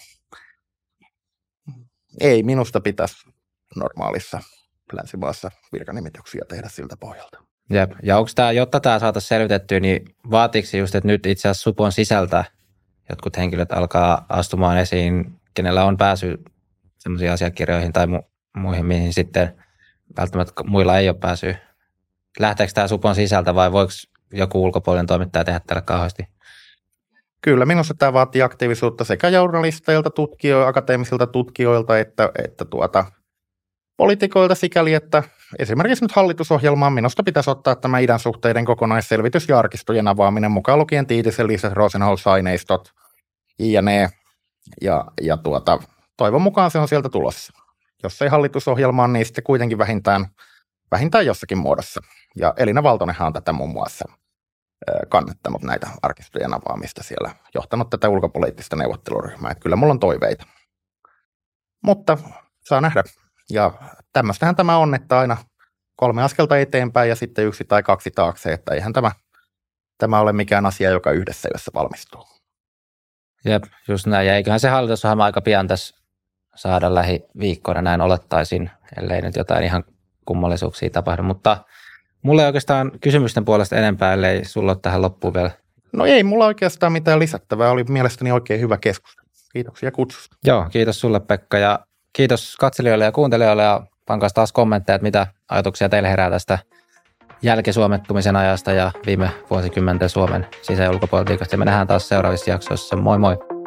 Ei minusta pitäisi normaalissa länsimaassa virkanimityksiä tehdä siltä pohjalta. Jep, ja onko tämä, jotta tämä saataisiin selvitettyä, niin vaatiiko just, että nyt itse asiassa Supon sisältä jotkut henkilöt alkaa astumaan esiin, kenellä on pääsy sellaisiin asiakirjoihin tai mu- muihin, mihin sitten välttämättä muilla ei ole pääsy. Lähteekö tämä Supon sisältä vai voiko joku ulkopuolinen toimittaja tehdä tälle kauheasti? Kyllä, minusta tämä vaatii aktiivisuutta sekä journalisteilta, tutkijoilta, akateemisilta tutkijoilta että, että tuota, poliitikoilta sikäli, että esimerkiksi nyt hallitusohjelmaan minusta pitäisi ottaa tämä idän suhteiden kokonaisselvitys ja arkistojen avaaminen, mukaan lukien Tiitisen lisät, Rosenholz-aineistot, jne. Ja, ja tuota, toivon mukaan se on sieltä tulossa. Jos ei hallitusohjelmaan, niin sitten kuitenkin vähintään, vähintään jossakin muodossa. Ja Elina Valtonenhan on tätä muun muassa kannattanut näitä arkistojen avaamista siellä, johtanut tätä ulkopoliittista neuvotteluryhmää. Että kyllä mulla on toiveita. Mutta saa nähdä. Ja tämmöistähän tämä on, että aina kolme askelta eteenpäin ja sitten yksi tai kaksi taakse, että eihän tämä, tämä ole mikään asia, joka yhdessä yössä valmistuu. Jep, just näin. Ja eiköhän se hallitusohjelma aika pian tässä saada lähiviikkoina, näin olettaisin, ellei nyt jotain ihan kummallisuuksia tapahdu. Mutta mulla ei oikeastaan kysymysten puolesta enempää, ellei sulla ole tähän loppuun vielä. No ei mulla oikeastaan mitään lisättävää. Oli mielestäni oikein hyvä keskustelu. Kiitoksia kutsusta. Joo, kiitos sulle Pekka ja kiitos katselijoille ja kuuntelijoille ja pankaa taas kommentteja, että mitä ajatuksia teille herää tästä jälkisuomettumisen ajasta ja viime vuosikymmenten Suomen sisä- ja ulkopolitiikasta. Ja me nähdään taas seuraavissa jaksoissa. Moi moi!